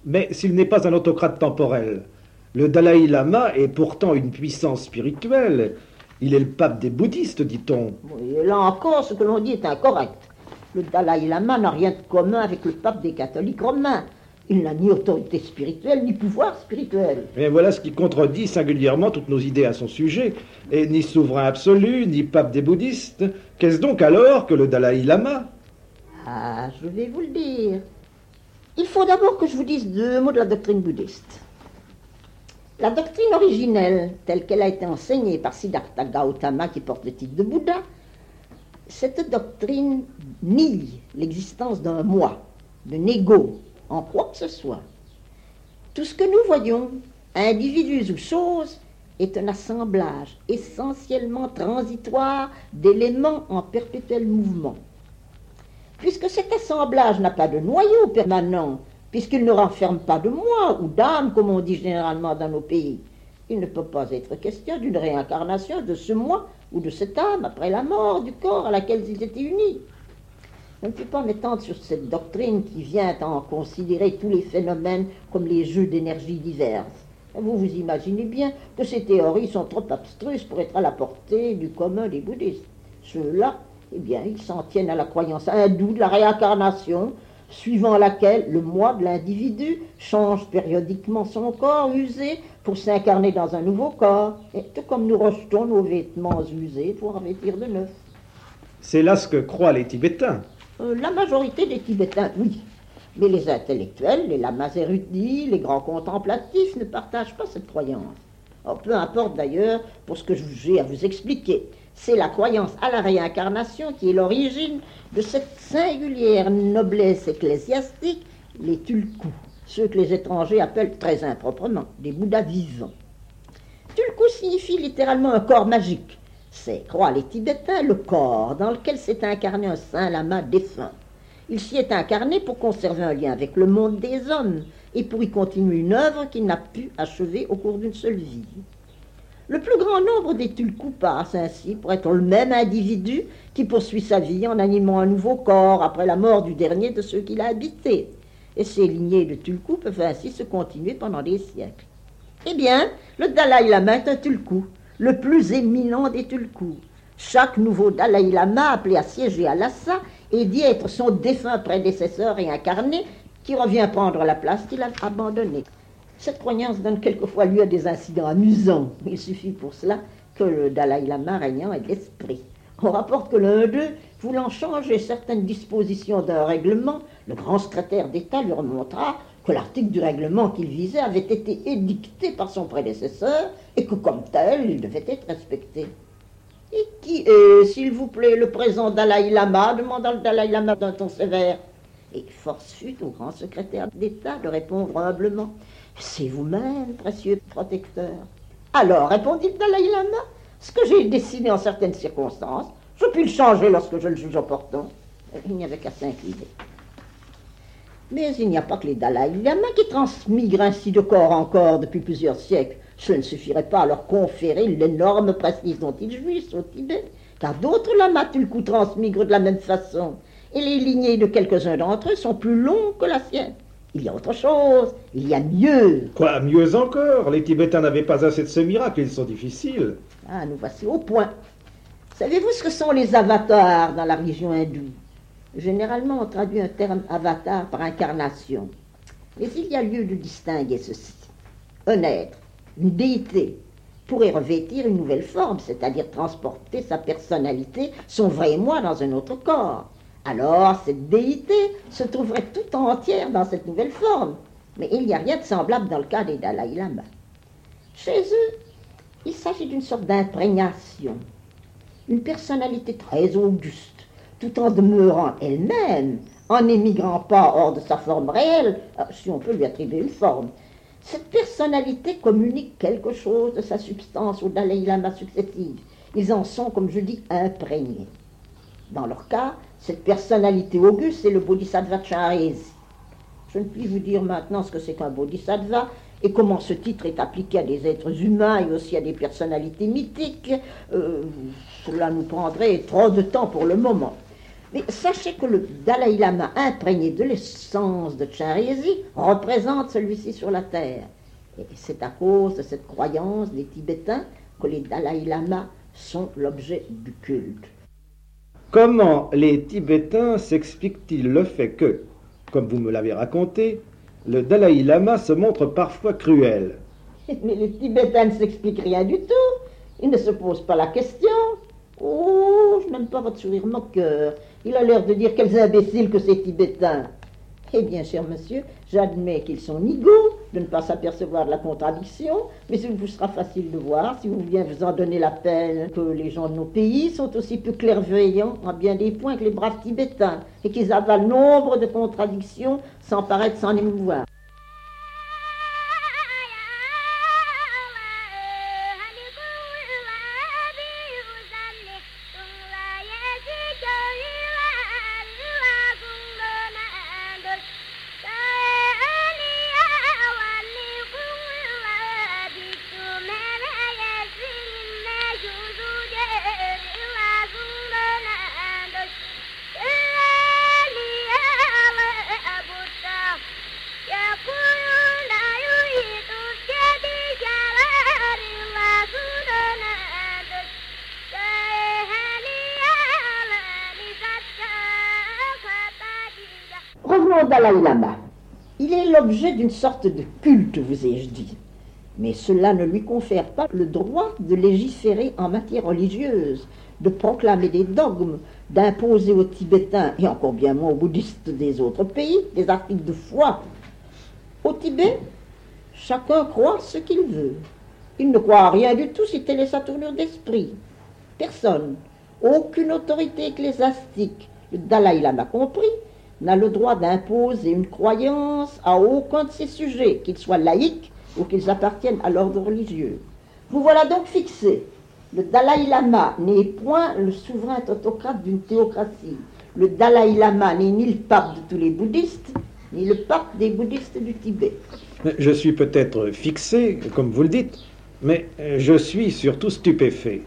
Mais s'il n'est pas un autocrate temporel, le Dalai Lama est pourtant une puissance spirituelle. Il est le pape des bouddhistes, dit-on. Oui, et là encore, ce que l'on dit est incorrect. Le Dalai Lama n'a rien de commun avec le pape des catholiques romains. Il n'a ni autorité spirituelle, ni pouvoir spirituel. Et voilà ce qui contredit singulièrement toutes nos idées à son sujet. Et ni souverain absolu, ni pape des bouddhistes. Qu'est-ce donc alors que le Dalai Lama? Ah, je vais vous le dire. Il faut d'abord que je vous dise 2 mots de la doctrine bouddhiste. La doctrine originelle, telle qu'elle a été enseignée par Siddhartha Gautama, qui porte le titre de Bouddha, cette doctrine nie l'existence d'un moi, d'un ego, en quoi que ce soit. Tout ce que nous voyons, individus ou choses, est un assemblage essentiellement transitoire d'éléments en perpétuel mouvement. Puisque cet assemblage n'a pas de noyau permanent, puisqu'il ne renferme pas de moi ou d'âme, comme on dit généralement dans nos pays, il ne peut pas être question d'une réincarnation de ce moi ou de cette âme après la mort du corps à laquelle ils étaient unis. Je ne peux pas m'étendre sur cette doctrine qui vient en considérer tous les phénomènes comme les jeux d'énergie diverses. Vous vous imaginez bien que ces théories sont trop abstruses pour être à la portée du commun des bouddhistes. Ceux-là, eh bien, ils s'en tiennent à la croyance hindoue de la réincarnation, suivant laquelle le moi de l'individu change périodiquement son corps usé pour s'incarner dans un nouveau corps, et tout comme nous rejetons nos vêtements usés pour en vêtir de neuf. C'est là ce que croient les Tibétains. La majorité des Tibétains, oui. Mais les intellectuels, les lamas érudits, les grands contemplatifs ne partagent pas cette croyance. Alors, peu importe d'ailleurs pour ce que j'ai à vous expliquer. C'est la croyance à la réincarnation qui est l'origine de cette singulière noblesse ecclésiastique, les tulkus, ceux que les étrangers appellent très improprement des bouddhas vivants. Tulku signifie littéralement un corps magique. C'est, croient les Tibétains, le corps dans lequel s'est incarné un saint lama défunt. Il s'y est incarné pour conserver un lien avec le monde des hommes et pour y continuer une œuvre qu'il n'a pu achever au cours d'une seule vie. Le plus grand nombre des tulkus passe ainsi pour être le même individu qui poursuit sa vie en animant un nouveau corps après la mort du dernier de ceux qu'il a habité. Et ces lignées de tulkus peuvent ainsi se continuer pendant des siècles. Eh bien, le Dalai Lama est un tulku, le plus éminent des tulkus. Chaque nouveau Dalai Lama appelé à siéger à Lhasa est dit être son défunt prédécesseur réincarné qui revient prendre la place qu'il a abandonnée. Cette croyance donne quelquefois lieu à des incidents amusants. Il suffit pour cela que le Dalai Lama régnant ait de l'esprit. On rapporte que l'un d'eux, voulant changer certaines dispositions d'un règlement, le grand secrétaire d'État lui remontra que l'article du règlement qu'il visait avait été édicté par son prédécesseur et que comme tel, il devait être respecté. « Et qui est, s'il vous plaît, le présent Dalai Lama » demanda le Dalai Lama d'un ton sévère. Et force fut au grand secrétaire d'État de répondre humblement « C'est vous-même, précieux protecteur. » Alors, répondit le Dalai Lama, « ce que j'ai décidé en certaines circonstances, je puis le changer lorsque je le juge opportun. » Il n'y avait qu'à s'incliner. Mais il n'y a pas que les Dalai Lama qui transmigrent ainsi de corps en corps depuis plusieurs siècles. Ce ne suffirait pas à leur conférer l'énorme prestige dont ils jouissent au Tibet, car d'autres lamas tulkus transmigrent de la même façon, et les lignées de quelques-uns d'entre eux sont plus longues que la sienne. Il y a autre chose, il y a mieux. Quoi, mieux encore? Les Tibétains n'avaient pas assez de ce miracle, ils sont difficiles. Ah, nous voici au point. Savez-vous ce que sont les avatars dans la religion hindoue? Généralement, on traduit un terme avatar par incarnation. Mais il y a lieu de distinguer ceci. Un être, une déité, pourrait revêtir une nouvelle forme, c'est-à-dire transporter sa personnalité, son vrai moi, dans un autre corps. Alors, cette déité se trouverait tout entière dans cette nouvelle forme. Mais il n'y a rien de semblable dans le cas des Dalai Lama. Chez eux, il s'agit d'une sorte d'imprégnation, une personnalité très auguste, tout en demeurant elle-même, en n'émigrant pas hors de sa forme réelle, si on peut lui attribuer une forme. Cette personnalité communique quelque chose de sa substance aux Dalai Lama successifs. Ils en sont, comme je dis, imprégnés. Dans leur cas, cette personnalité auguste, c'est le Bodhisattva Charesi. Je ne puis vous dire maintenant ce que c'est qu'un Bodhisattva et comment ce titre est appliqué à des êtres humains et aussi à des personnalités mythiques. Cela nous prendrait trop de temps pour le moment. Mais sachez que le Dalai Lama imprégné de l'essence de Chenrezig représente celui-ci sur la terre. Et c'est à cause de cette croyance des Tibétains que les Dalai Lama sont l'objet du culte. Comment les Tibétains s'expliquent-ils le fait que, comme vous me l'avez raconté, le Dalai Lama se montre parfois cruel? Mais les Tibétains ne s'expliquent rien du tout. Ils ne se posent pas la question. Oh, je n'aime pas votre sourire moqueur. Il a l'air de dire quels imbéciles que ces Tibétains. Eh bien, cher monsieur, j'admets qu'ils sont nigauds de ne pas s'apercevoir de la contradiction, mais il vous sera facile de voir, si vous bien vous en donnez la peine, que les gens de nos pays sont aussi peu clairvoyants à bien des points que les braves Tibétains, et qu'ils avalent nombre de contradictions sans paraître s'en émouvoir. Revenons au Dalai Lama. Il est l'objet d'une sorte de culte, vous ai-je dit. Mais cela ne lui confère pas le droit de légiférer en matière religieuse, de proclamer des dogmes, d'imposer aux Tibétains, et encore bien moins aux bouddhistes des autres pays, des articles de foi. Au Tibet, chacun croit ce qu'il veut. Il ne croit à rien du tout si telle est sa tournure d'esprit. Personne, aucune autorité ecclésiastique, le Dalai Lama compris, n'a le droit d'imposer une croyance à aucun de ses sujets, qu'ils soient laïcs ou qu'ils appartiennent à l'ordre religieux. Vous voilà donc fixé. Le Dalai Lama n'est point le souverain autocrate d'une théocratie. Le Dalai Lama n'est ni le pape de tous les bouddhistes, ni le pape des bouddhistes du Tibet. Je suis peut-être fixé, comme vous le dites, mais je suis surtout stupéfait.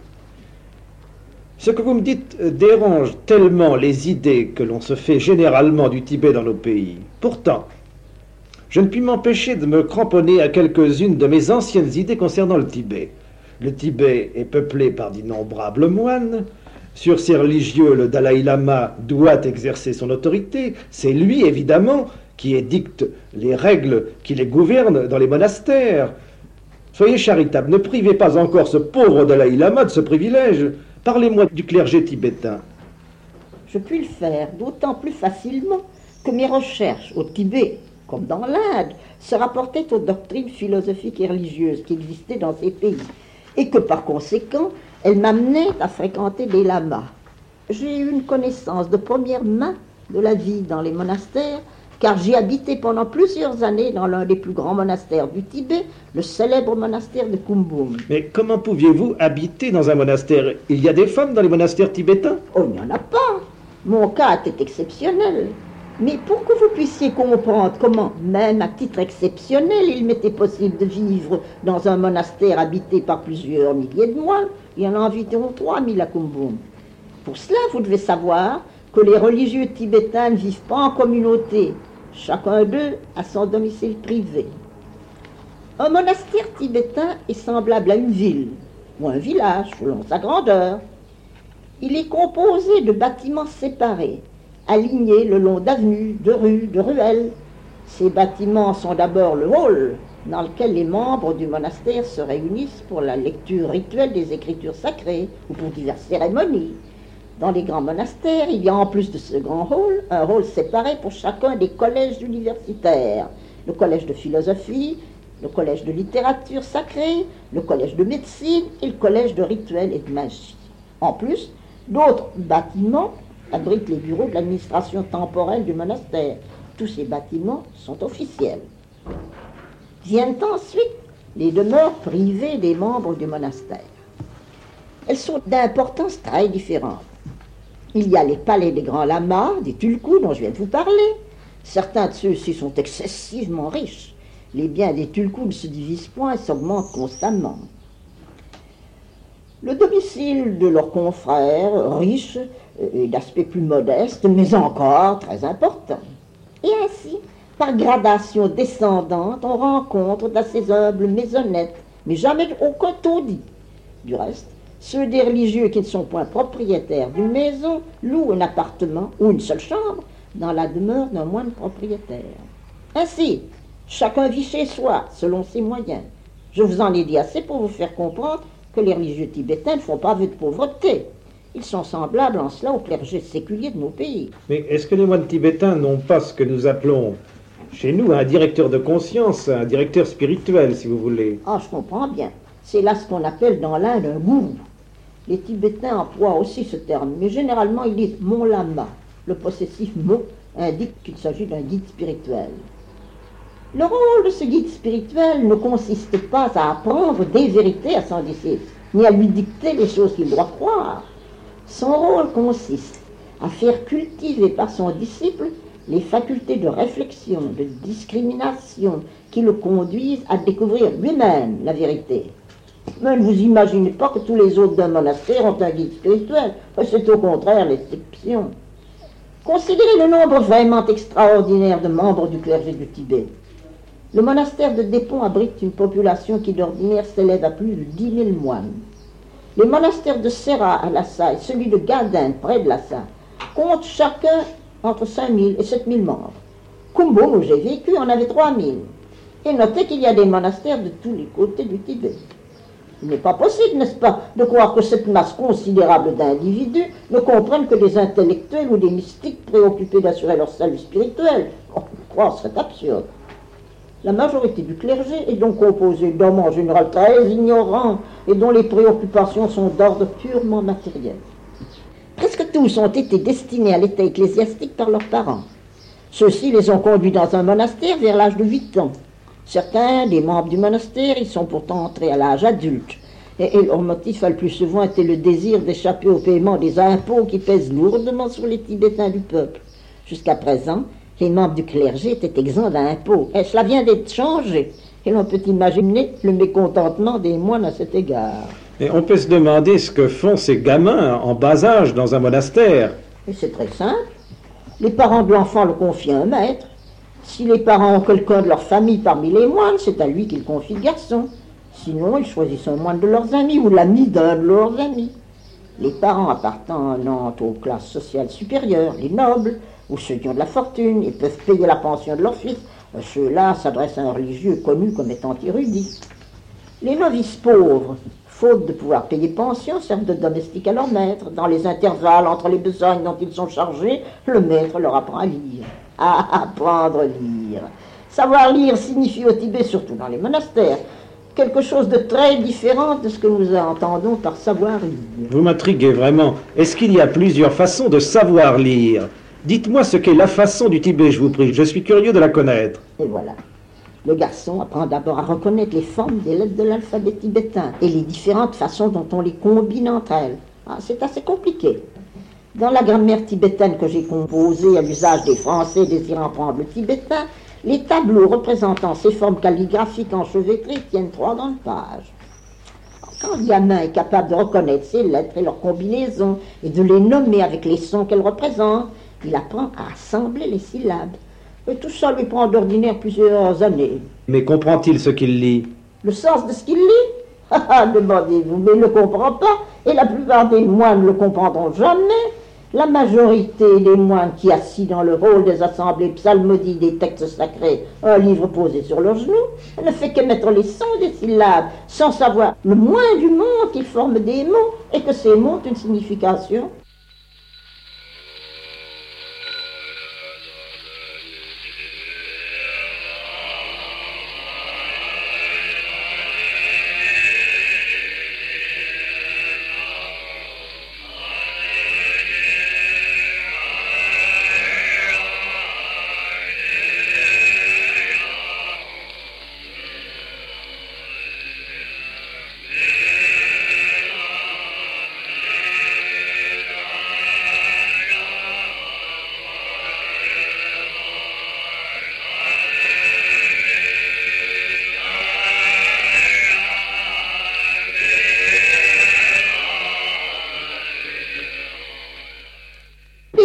Ce que vous me dites dérange tellement les idées que l'on se fait généralement du Tibet dans nos pays. Pourtant, je ne puis m'empêcher de me cramponner à quelques-unes de mes anciennes idées concernant le Tibet. Le Tibet est peuplé par d'innombrables moines. Sur ces religieux, le Dalai Lama doit exercer son autorité. C'est lui, évidemment, qui édicte les règles qui les gouvernent dans les monastères. Soyez charitable, ne privez pas encore ce pauvre Dalai Lama de ce privilège. Parlez-moi du clergé tibétain. Je puis le faire d'autant plus facilement que mes recherches au Tibet, comme dans l'Inde, se rapportaient aux doctrines philosophiques et religieuses qui existaient dans ces pays, et que par conséquent, elles m'amenaient à fréquenter des lamas. J'ai eu une connaissance de première main de la vie dans les monastères, car j'ai habité pendant plusieurs années dans l'un des plus grands monastères du Tibet, le célèbre monastère de Kumbum. Mais comment pouviez-vous habiter dans un monastère? Il y a des femmes dans les monastères tibétains? Oh, il n'y en a pas. Mon cas était exceptionnel. Mais pour que vous puissiez comprendre comment, même à titre exceptionnel, il m'était possible de vivre dans un monastère habité par plusieurs milliers de moines, il y en a environ 3000 à Kumbum. Pour cela, vous devez savoir que les religieux tibétains ne vivent pas en communauté. Chacun d'eux a son domicile privé. Un monastère tibétain est semblable à une ville, ou un village, selon sa grandeur. Il est composé de bâtiments séparés, alignés le long d'avenues, de rues, de ruelles. Ces bâtiments sont d'abord le hall, dans lequel les membres du monastère se réunissent pour la lecture rituelle des écritures sacrées, ou pour diverses cérémonies. Dans les grands monastères, il y a en plus de ce grand hall, un hall séparé pour chacun des collèges universitaires. Le collège de philosophie, le collège de littérature sacrée, le collège de médecine et le collège de rituel et de magie. En plus, d'autres bâtiments abritent les bureaux de l'administration temporelle du monastère. Tous ces bâtiments sont officiels. Viennent ensuite les demeures privées des membres du monastère. Elles sont d'importance très différente. Il y a les palais des grands lamas, des tulkus dont je viens de vous parler. Certains de ceux-ci sont excessivement riches. Les biens des tulkus ne se divisent point et s'augmentent constamment. Le domicile de leurs confrères, riches et d'aspect plus modeste, mais encore très important. Et ainsi, par gradation descendante, on rencontre d'assez humbles maisonnettes, mais jamais aucun taudis. Du reste, ceux des religieux qui ne sont point propriétaires d'une maison louent un appartement ou une seule chambre dans la demeure d'un moine propriétaire. Ainsi, chacun vit chez soi, selon ses moyens. Je vous en ai dit assez pour vous faire comprendre que les religieux tibétains ne font pas vœu de pauvreté. Ils sont semblables en cela au clergé séculier de nos pays. Mais est-ce que les moines tibétains n'ont pas ce que nous appelons chez nous un directeur de conscience, un directeur spirituel, si vous voulez? Ah, je comprends bien. C'est là ce qu'on appelle dans l'Inde un gourou. Les Tibétains emploient aussi ce terme, mais généralement ils disent mon lama. Le possessif mo indique qu'il s'agit d'un guide spirituel. Le rôle de ce guide spirituel ne consiste pas à apprendre des vérités à son disciple, ni à lui dicter les choses qu'il doit croire. Son rôle consiste à faire cultiver par son disciple les facultés de réflexion, de discrimination, qui le conduisent à découvrir lui-même la vérité. Mais ne vous imaginez pas que tous les autres d'un monastère ont un guide spirituel, c'est au contraire l'exception. Considérez le nombre vraiment extraordinaire de membres du clergé du Tibet. Le monastère de Dépont abrite une population qui d'ordinaire s'élève à plus de 10 000 moines. Les monastères de Serra à Lhasa et celui de Gadin près de Lhasa comptent chacun entre 5 000 et 7 000 membres. Kumbum, où j'ai vécu, en avait 3 000. Et notez qu'il y a des monastères de tous les côtés du Tibet. Il n'est pas possible, n'est-ce pas, de croire que cette masse considérable d'individus ne comprennent que des intellectuels ou des mystiques préoccupés d'assurer leur salut spirituel. Croire serait absurde. La majorité du clergé est donc composée d'hommes en général très ignorants et dont les préoccupations sont d'ordre purement matériel. Presque tous ont été destinés à l'état ecclésiastique par leurs parents. Ceux-ci les ont conduits dans un monastère vers l'âge de 8 ans. Certains des membres du monastère y sont pourtant entrés à l'âge adulte, et leur motif a le plus souvent été le désir d'échapper au paiement des impôts qui pèsent lourdement sur les Tibétains du peuple. Jusqu'à présent, les membres du clergé étaient exempts d'impôts, et cela vient d'être changé, et l'on peut imaginer le mécontentement des moines à cet égard. Et on peut se demander ce que font ces gamins en bas âge dans un monastère. Et c'est très simple. Les parents de l'enfant le confient à un maître. Si les parents ont quelqu'un de leur famille parmi les moines, c'est à lui qu'ils confient le garçon. Sinon, ils choisissent un moine de leurs amis ou l'ami d'un de leurs amis. Les parents appartenant aux classes sociales supérieures, les nobles, ou ceux qui ont de la fortune, ils peuvent payer la pension de leur fils. Ceux-là s'adressent à un religieux connu comme étant érudit. Les novices pauvres, faute de pouvoir payer pension, servent de domestiques à leur maître. Dans les intervalles entre les besognes dont ils sont chargés, le maître leur apprend à lire. À apprendre à lire. Savoir lire signifie au Tibet, surtout dans les monastères, quelque chose de très différent de ce que nous entendons par savoir lire. Vous m'intriguez vraiment. Est-ce qu'il y a plusieurs façons de savoir lire? Dites-moi ce qu'est la façon du Tibet, je vous prie. Je suis curieux de la connaître. Et voilà. Le garçon apprend d'abord à reconnaître les formes des lettres de l'alphabet tibétain et les différentes façons dont on les combine entre elles. C'est assez compliqué. Dans la grammaire tibétaine que j'ai composée à l'usage des Français désirant apprendre le tibétain, les tableaux représentant ces formes calligraphiques enchevêtrées tiennent 3 grandes pages. Quand le gamin est capable de reconnaître ces lettres et leurs combinaisons et de les nommer avec les sons qu'elles représentent, il apprend à assembler les syllabes. Et tout ça lui prend d'ordinaire plusieurs années. Mais comprend-il ce qu'il lit? Le sens de ce qu'il lit? Demandez-vous, mais il ne le comprend pas, et la plupart des moines ne le comprendront jamais. La majorité des moines qui, assis dans le hall des assemblées, psalmodient des textes sacrés, un livre posé sur leurs genoux, ne fait qu'émettre les sons des syllabes, sans savoir le moins du monde qu'ils forment des mots, et que ces mots ont une signification.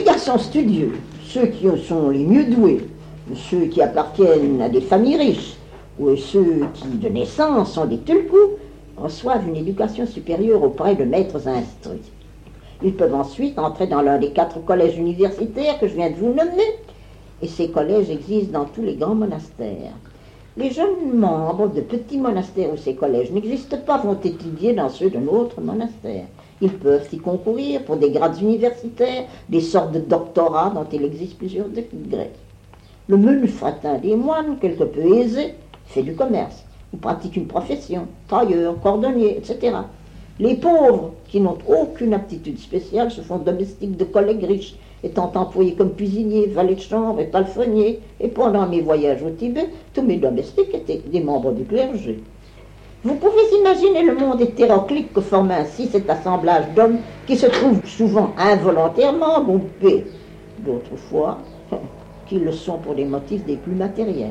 Les garçons studieux, ceux qui sont les mieux doués, ceux qui appartiennent à des familles riches, ou ceux qui, de naissance, sont des tulkus, reçoivent une éducation supérieure auprès de maîtres instruits. Ils peuvent ensuite entrer dans l'un des 4 collèges universitaires que je viens de vous nommer, et ces collèges existent dans tous les grands monastères. Les jeunes membres de petits monastères où ces collèges n'existent pas vont étudier dans ceux de notre monastère. Ils peuvent y concourir pour des grades universitaires, des sortes de doctorats dont il existe plusieurs degrés. Le menu fratin des moines, quelque peu aisé, fait du commerce, ou pratique une profession, tailleur, cordonnier, etc. Les pauvres, qui n'ont aucune aptitude spéciale, se font domestiques de collègues riches, étant employés comme cuisiniers, valets de chambre et palefreniers. Et pendant mes voyages au Tibet, tous mes domestiques étaient des membres du clergé. Vous pouvez imaginer le monde hétéroclite que forme ainsi cet assemblage d'hommes qui se trouvent souvent involontairement groupés, d'autres fois qui le sont pour des motifs des plus matériels.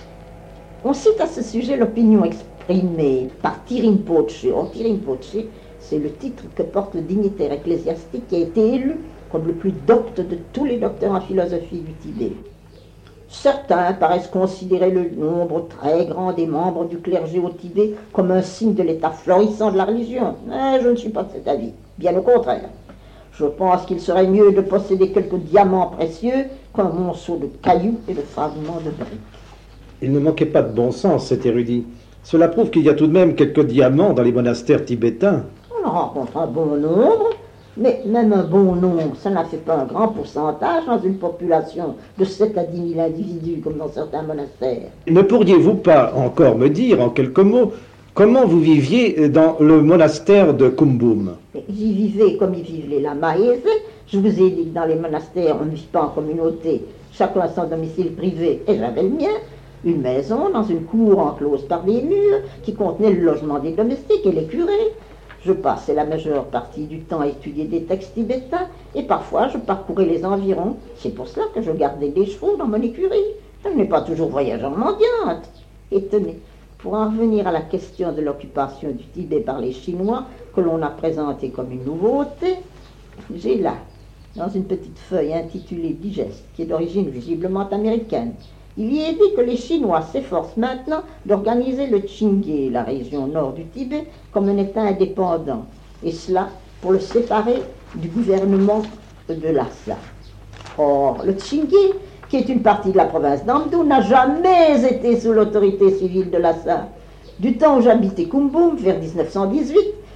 On cite à ce sujet l'opinion exprimée par Tirinpoche. Tirinpoche, c'est le titre que porte le dignitaire ecclésiastique qui a été élu comme le plus docte de tous les docteurs en philosophie du Tibet. Certains paraissent considérer le nombre très grand des membres du clergé au Tibet comme un signe de l'état florissant de la religion. Mais je ne suis pas de cet avis, bien au contraire. Je pense qu'il serait mieux de posséder quelques diamants précieux qu'un monceau de cailloux et de fragments de briques. Il ne manquait pas de bon sens, cet érudit. Cela prouve qu'il y a tout de même quelques diamants dans les monastères tibétains. On en rencontre un bon nombre, mais même un bon nombre, ça n'a fait pas un grand pourcentage dans une population de 7 à 10 000 individus, comme dans certains monastères. Ne pourriez-vous pas encore me dire, en quelques mots, comment vous viviez dans le monastère de Kumbum? J'y vivais comme y vivent les lamas aisés. Je vous ai dit que dans les monastères, on ne vit pas en communauté, chacun a son domicile privé, et j'avais le mien. Une maison dans une cour enclose par des murs qui contenait le logement des domestiques et les curés. Je passais la majeure partie du temps à étudier des textes tibétains et parfois je parcourais les environs. C'est pour cela que je gardais des chevaux dans mon écurie. Je n'ai pas toujours voyagé en mendiante. Et tenez, pour en revenir à la question de l'occupation du Tibet par les Chinois, que l'on a présentée comme une nouveauté, j'ai là, dans une petite feuille intitulée Digeste, qui est d'origine visiblement américaine, il y est dit que les Chinois s'efforcent maintenant d'organiser le Chingé, la région nord du Tibet, comme un État indépendant, et cela pour le séparer du gouvernement de Lhasa. Or, le Chingé, qui est une partie de la province d'Amdo, n'a jamais été sous l'autorité civile de Lhasa. Du temps où j'habitais Kumbum, vers 1918,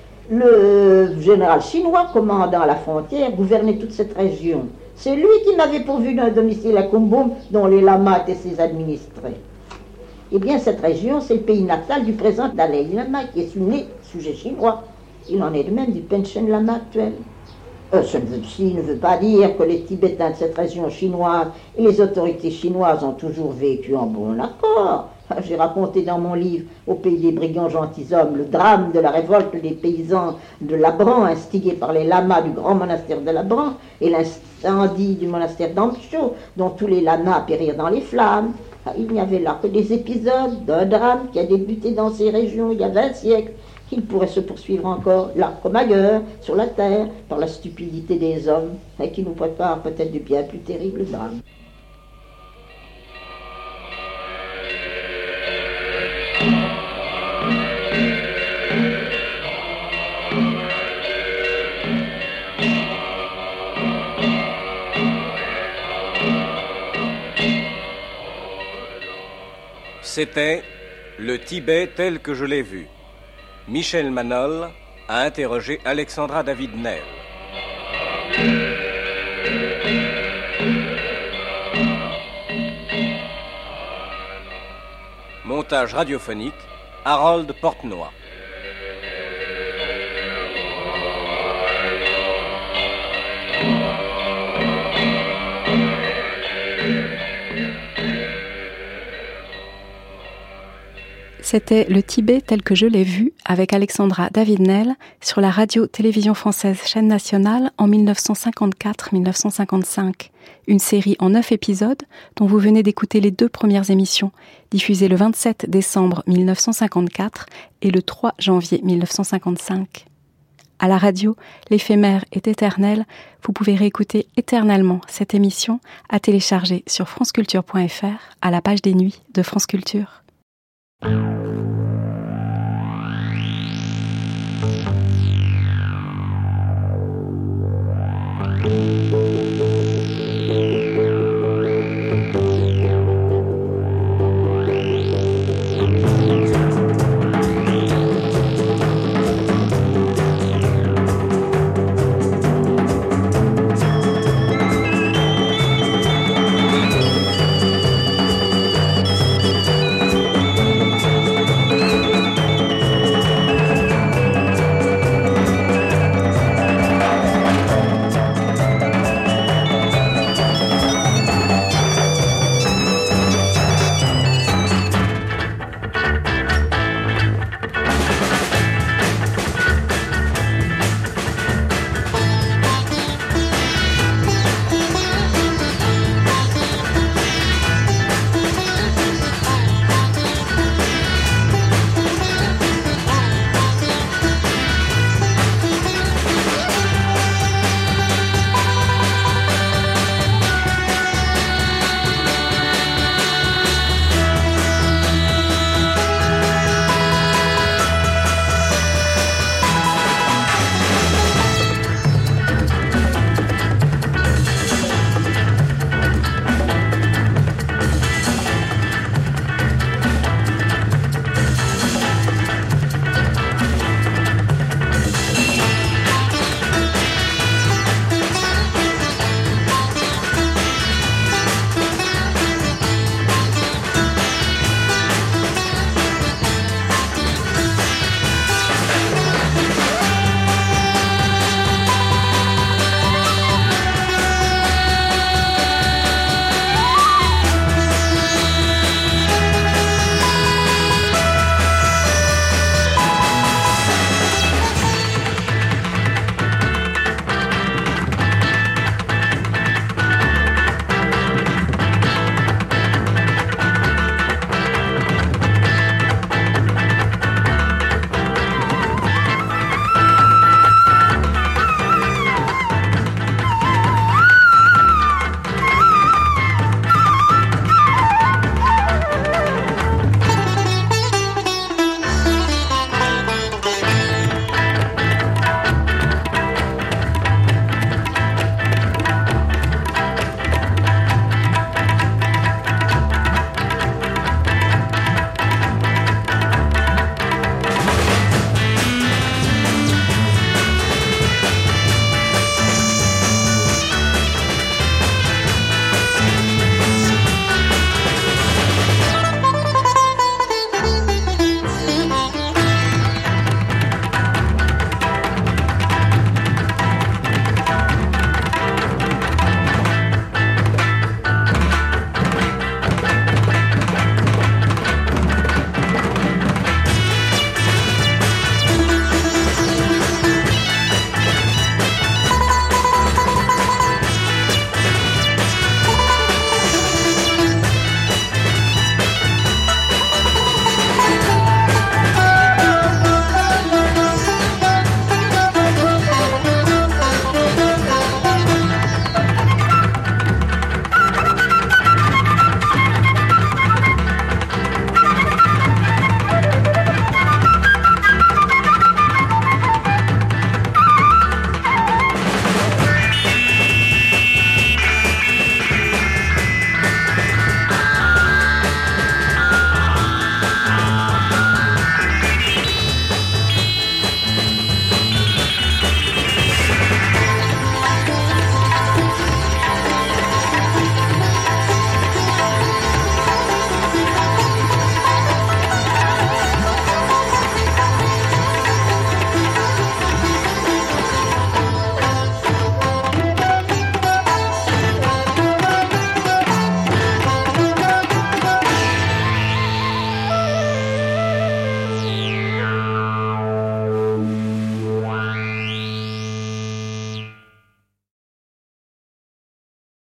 le général chinois commandant à la frontière gouvernait toute cette région. C'est lui qui m'avait pourvu d'un domicile à Kumbum dont les lamas étaient ses administrés. Eh bien, cette région, c'est le pays natal du présent Dalai Lama, qui est né sujet chinois. Il en est de même du Panchen Lama actuel. Ceci ne veut pas dire que les Tibétains de cette région chinoise et les autorités chinoises ont toujours vécu en bon accord. J'ai raconté dans mon livre « Au pays des brigands gentilshommes » le drame de la révolte des paysans de Labran, instigée par les lamas du grand monastère de Labran, et l'incendie du monastère d'Amcho, dont tous les lamas périrent dans les flammes. Il n'y avait là que des épisodes d'un drame qui a débuté dans ces régions il y a 20 siècles, qu'il pourrait se poursuivre encore, là comme ailleurs, sur la terre, par la stupidité des hommes, et qui nous prépare peut-être de bien plus terribles drames. C'était le Tibet tel que je l'ai vu. Michel Manol a interrogé Alexandra David-Nel. Montage radiophonique, Harold Portenoy. C'était Le Tibet tel que je l'ai vu avec Alexandra David-Nel sur la radio-télévision française chaîne nationale en 1954-1955. Une série en 9 épisodes dont vous venez d'écouter les 2 premières émissions, diffusées le 27 décembre 1954 et le 3 janvier 1955. À la radio, l'éphémère est éternel. Vous pouvez réécouter éternellement cette émission à télécharger sur franceculture.fr à la page des nuits de France Culture.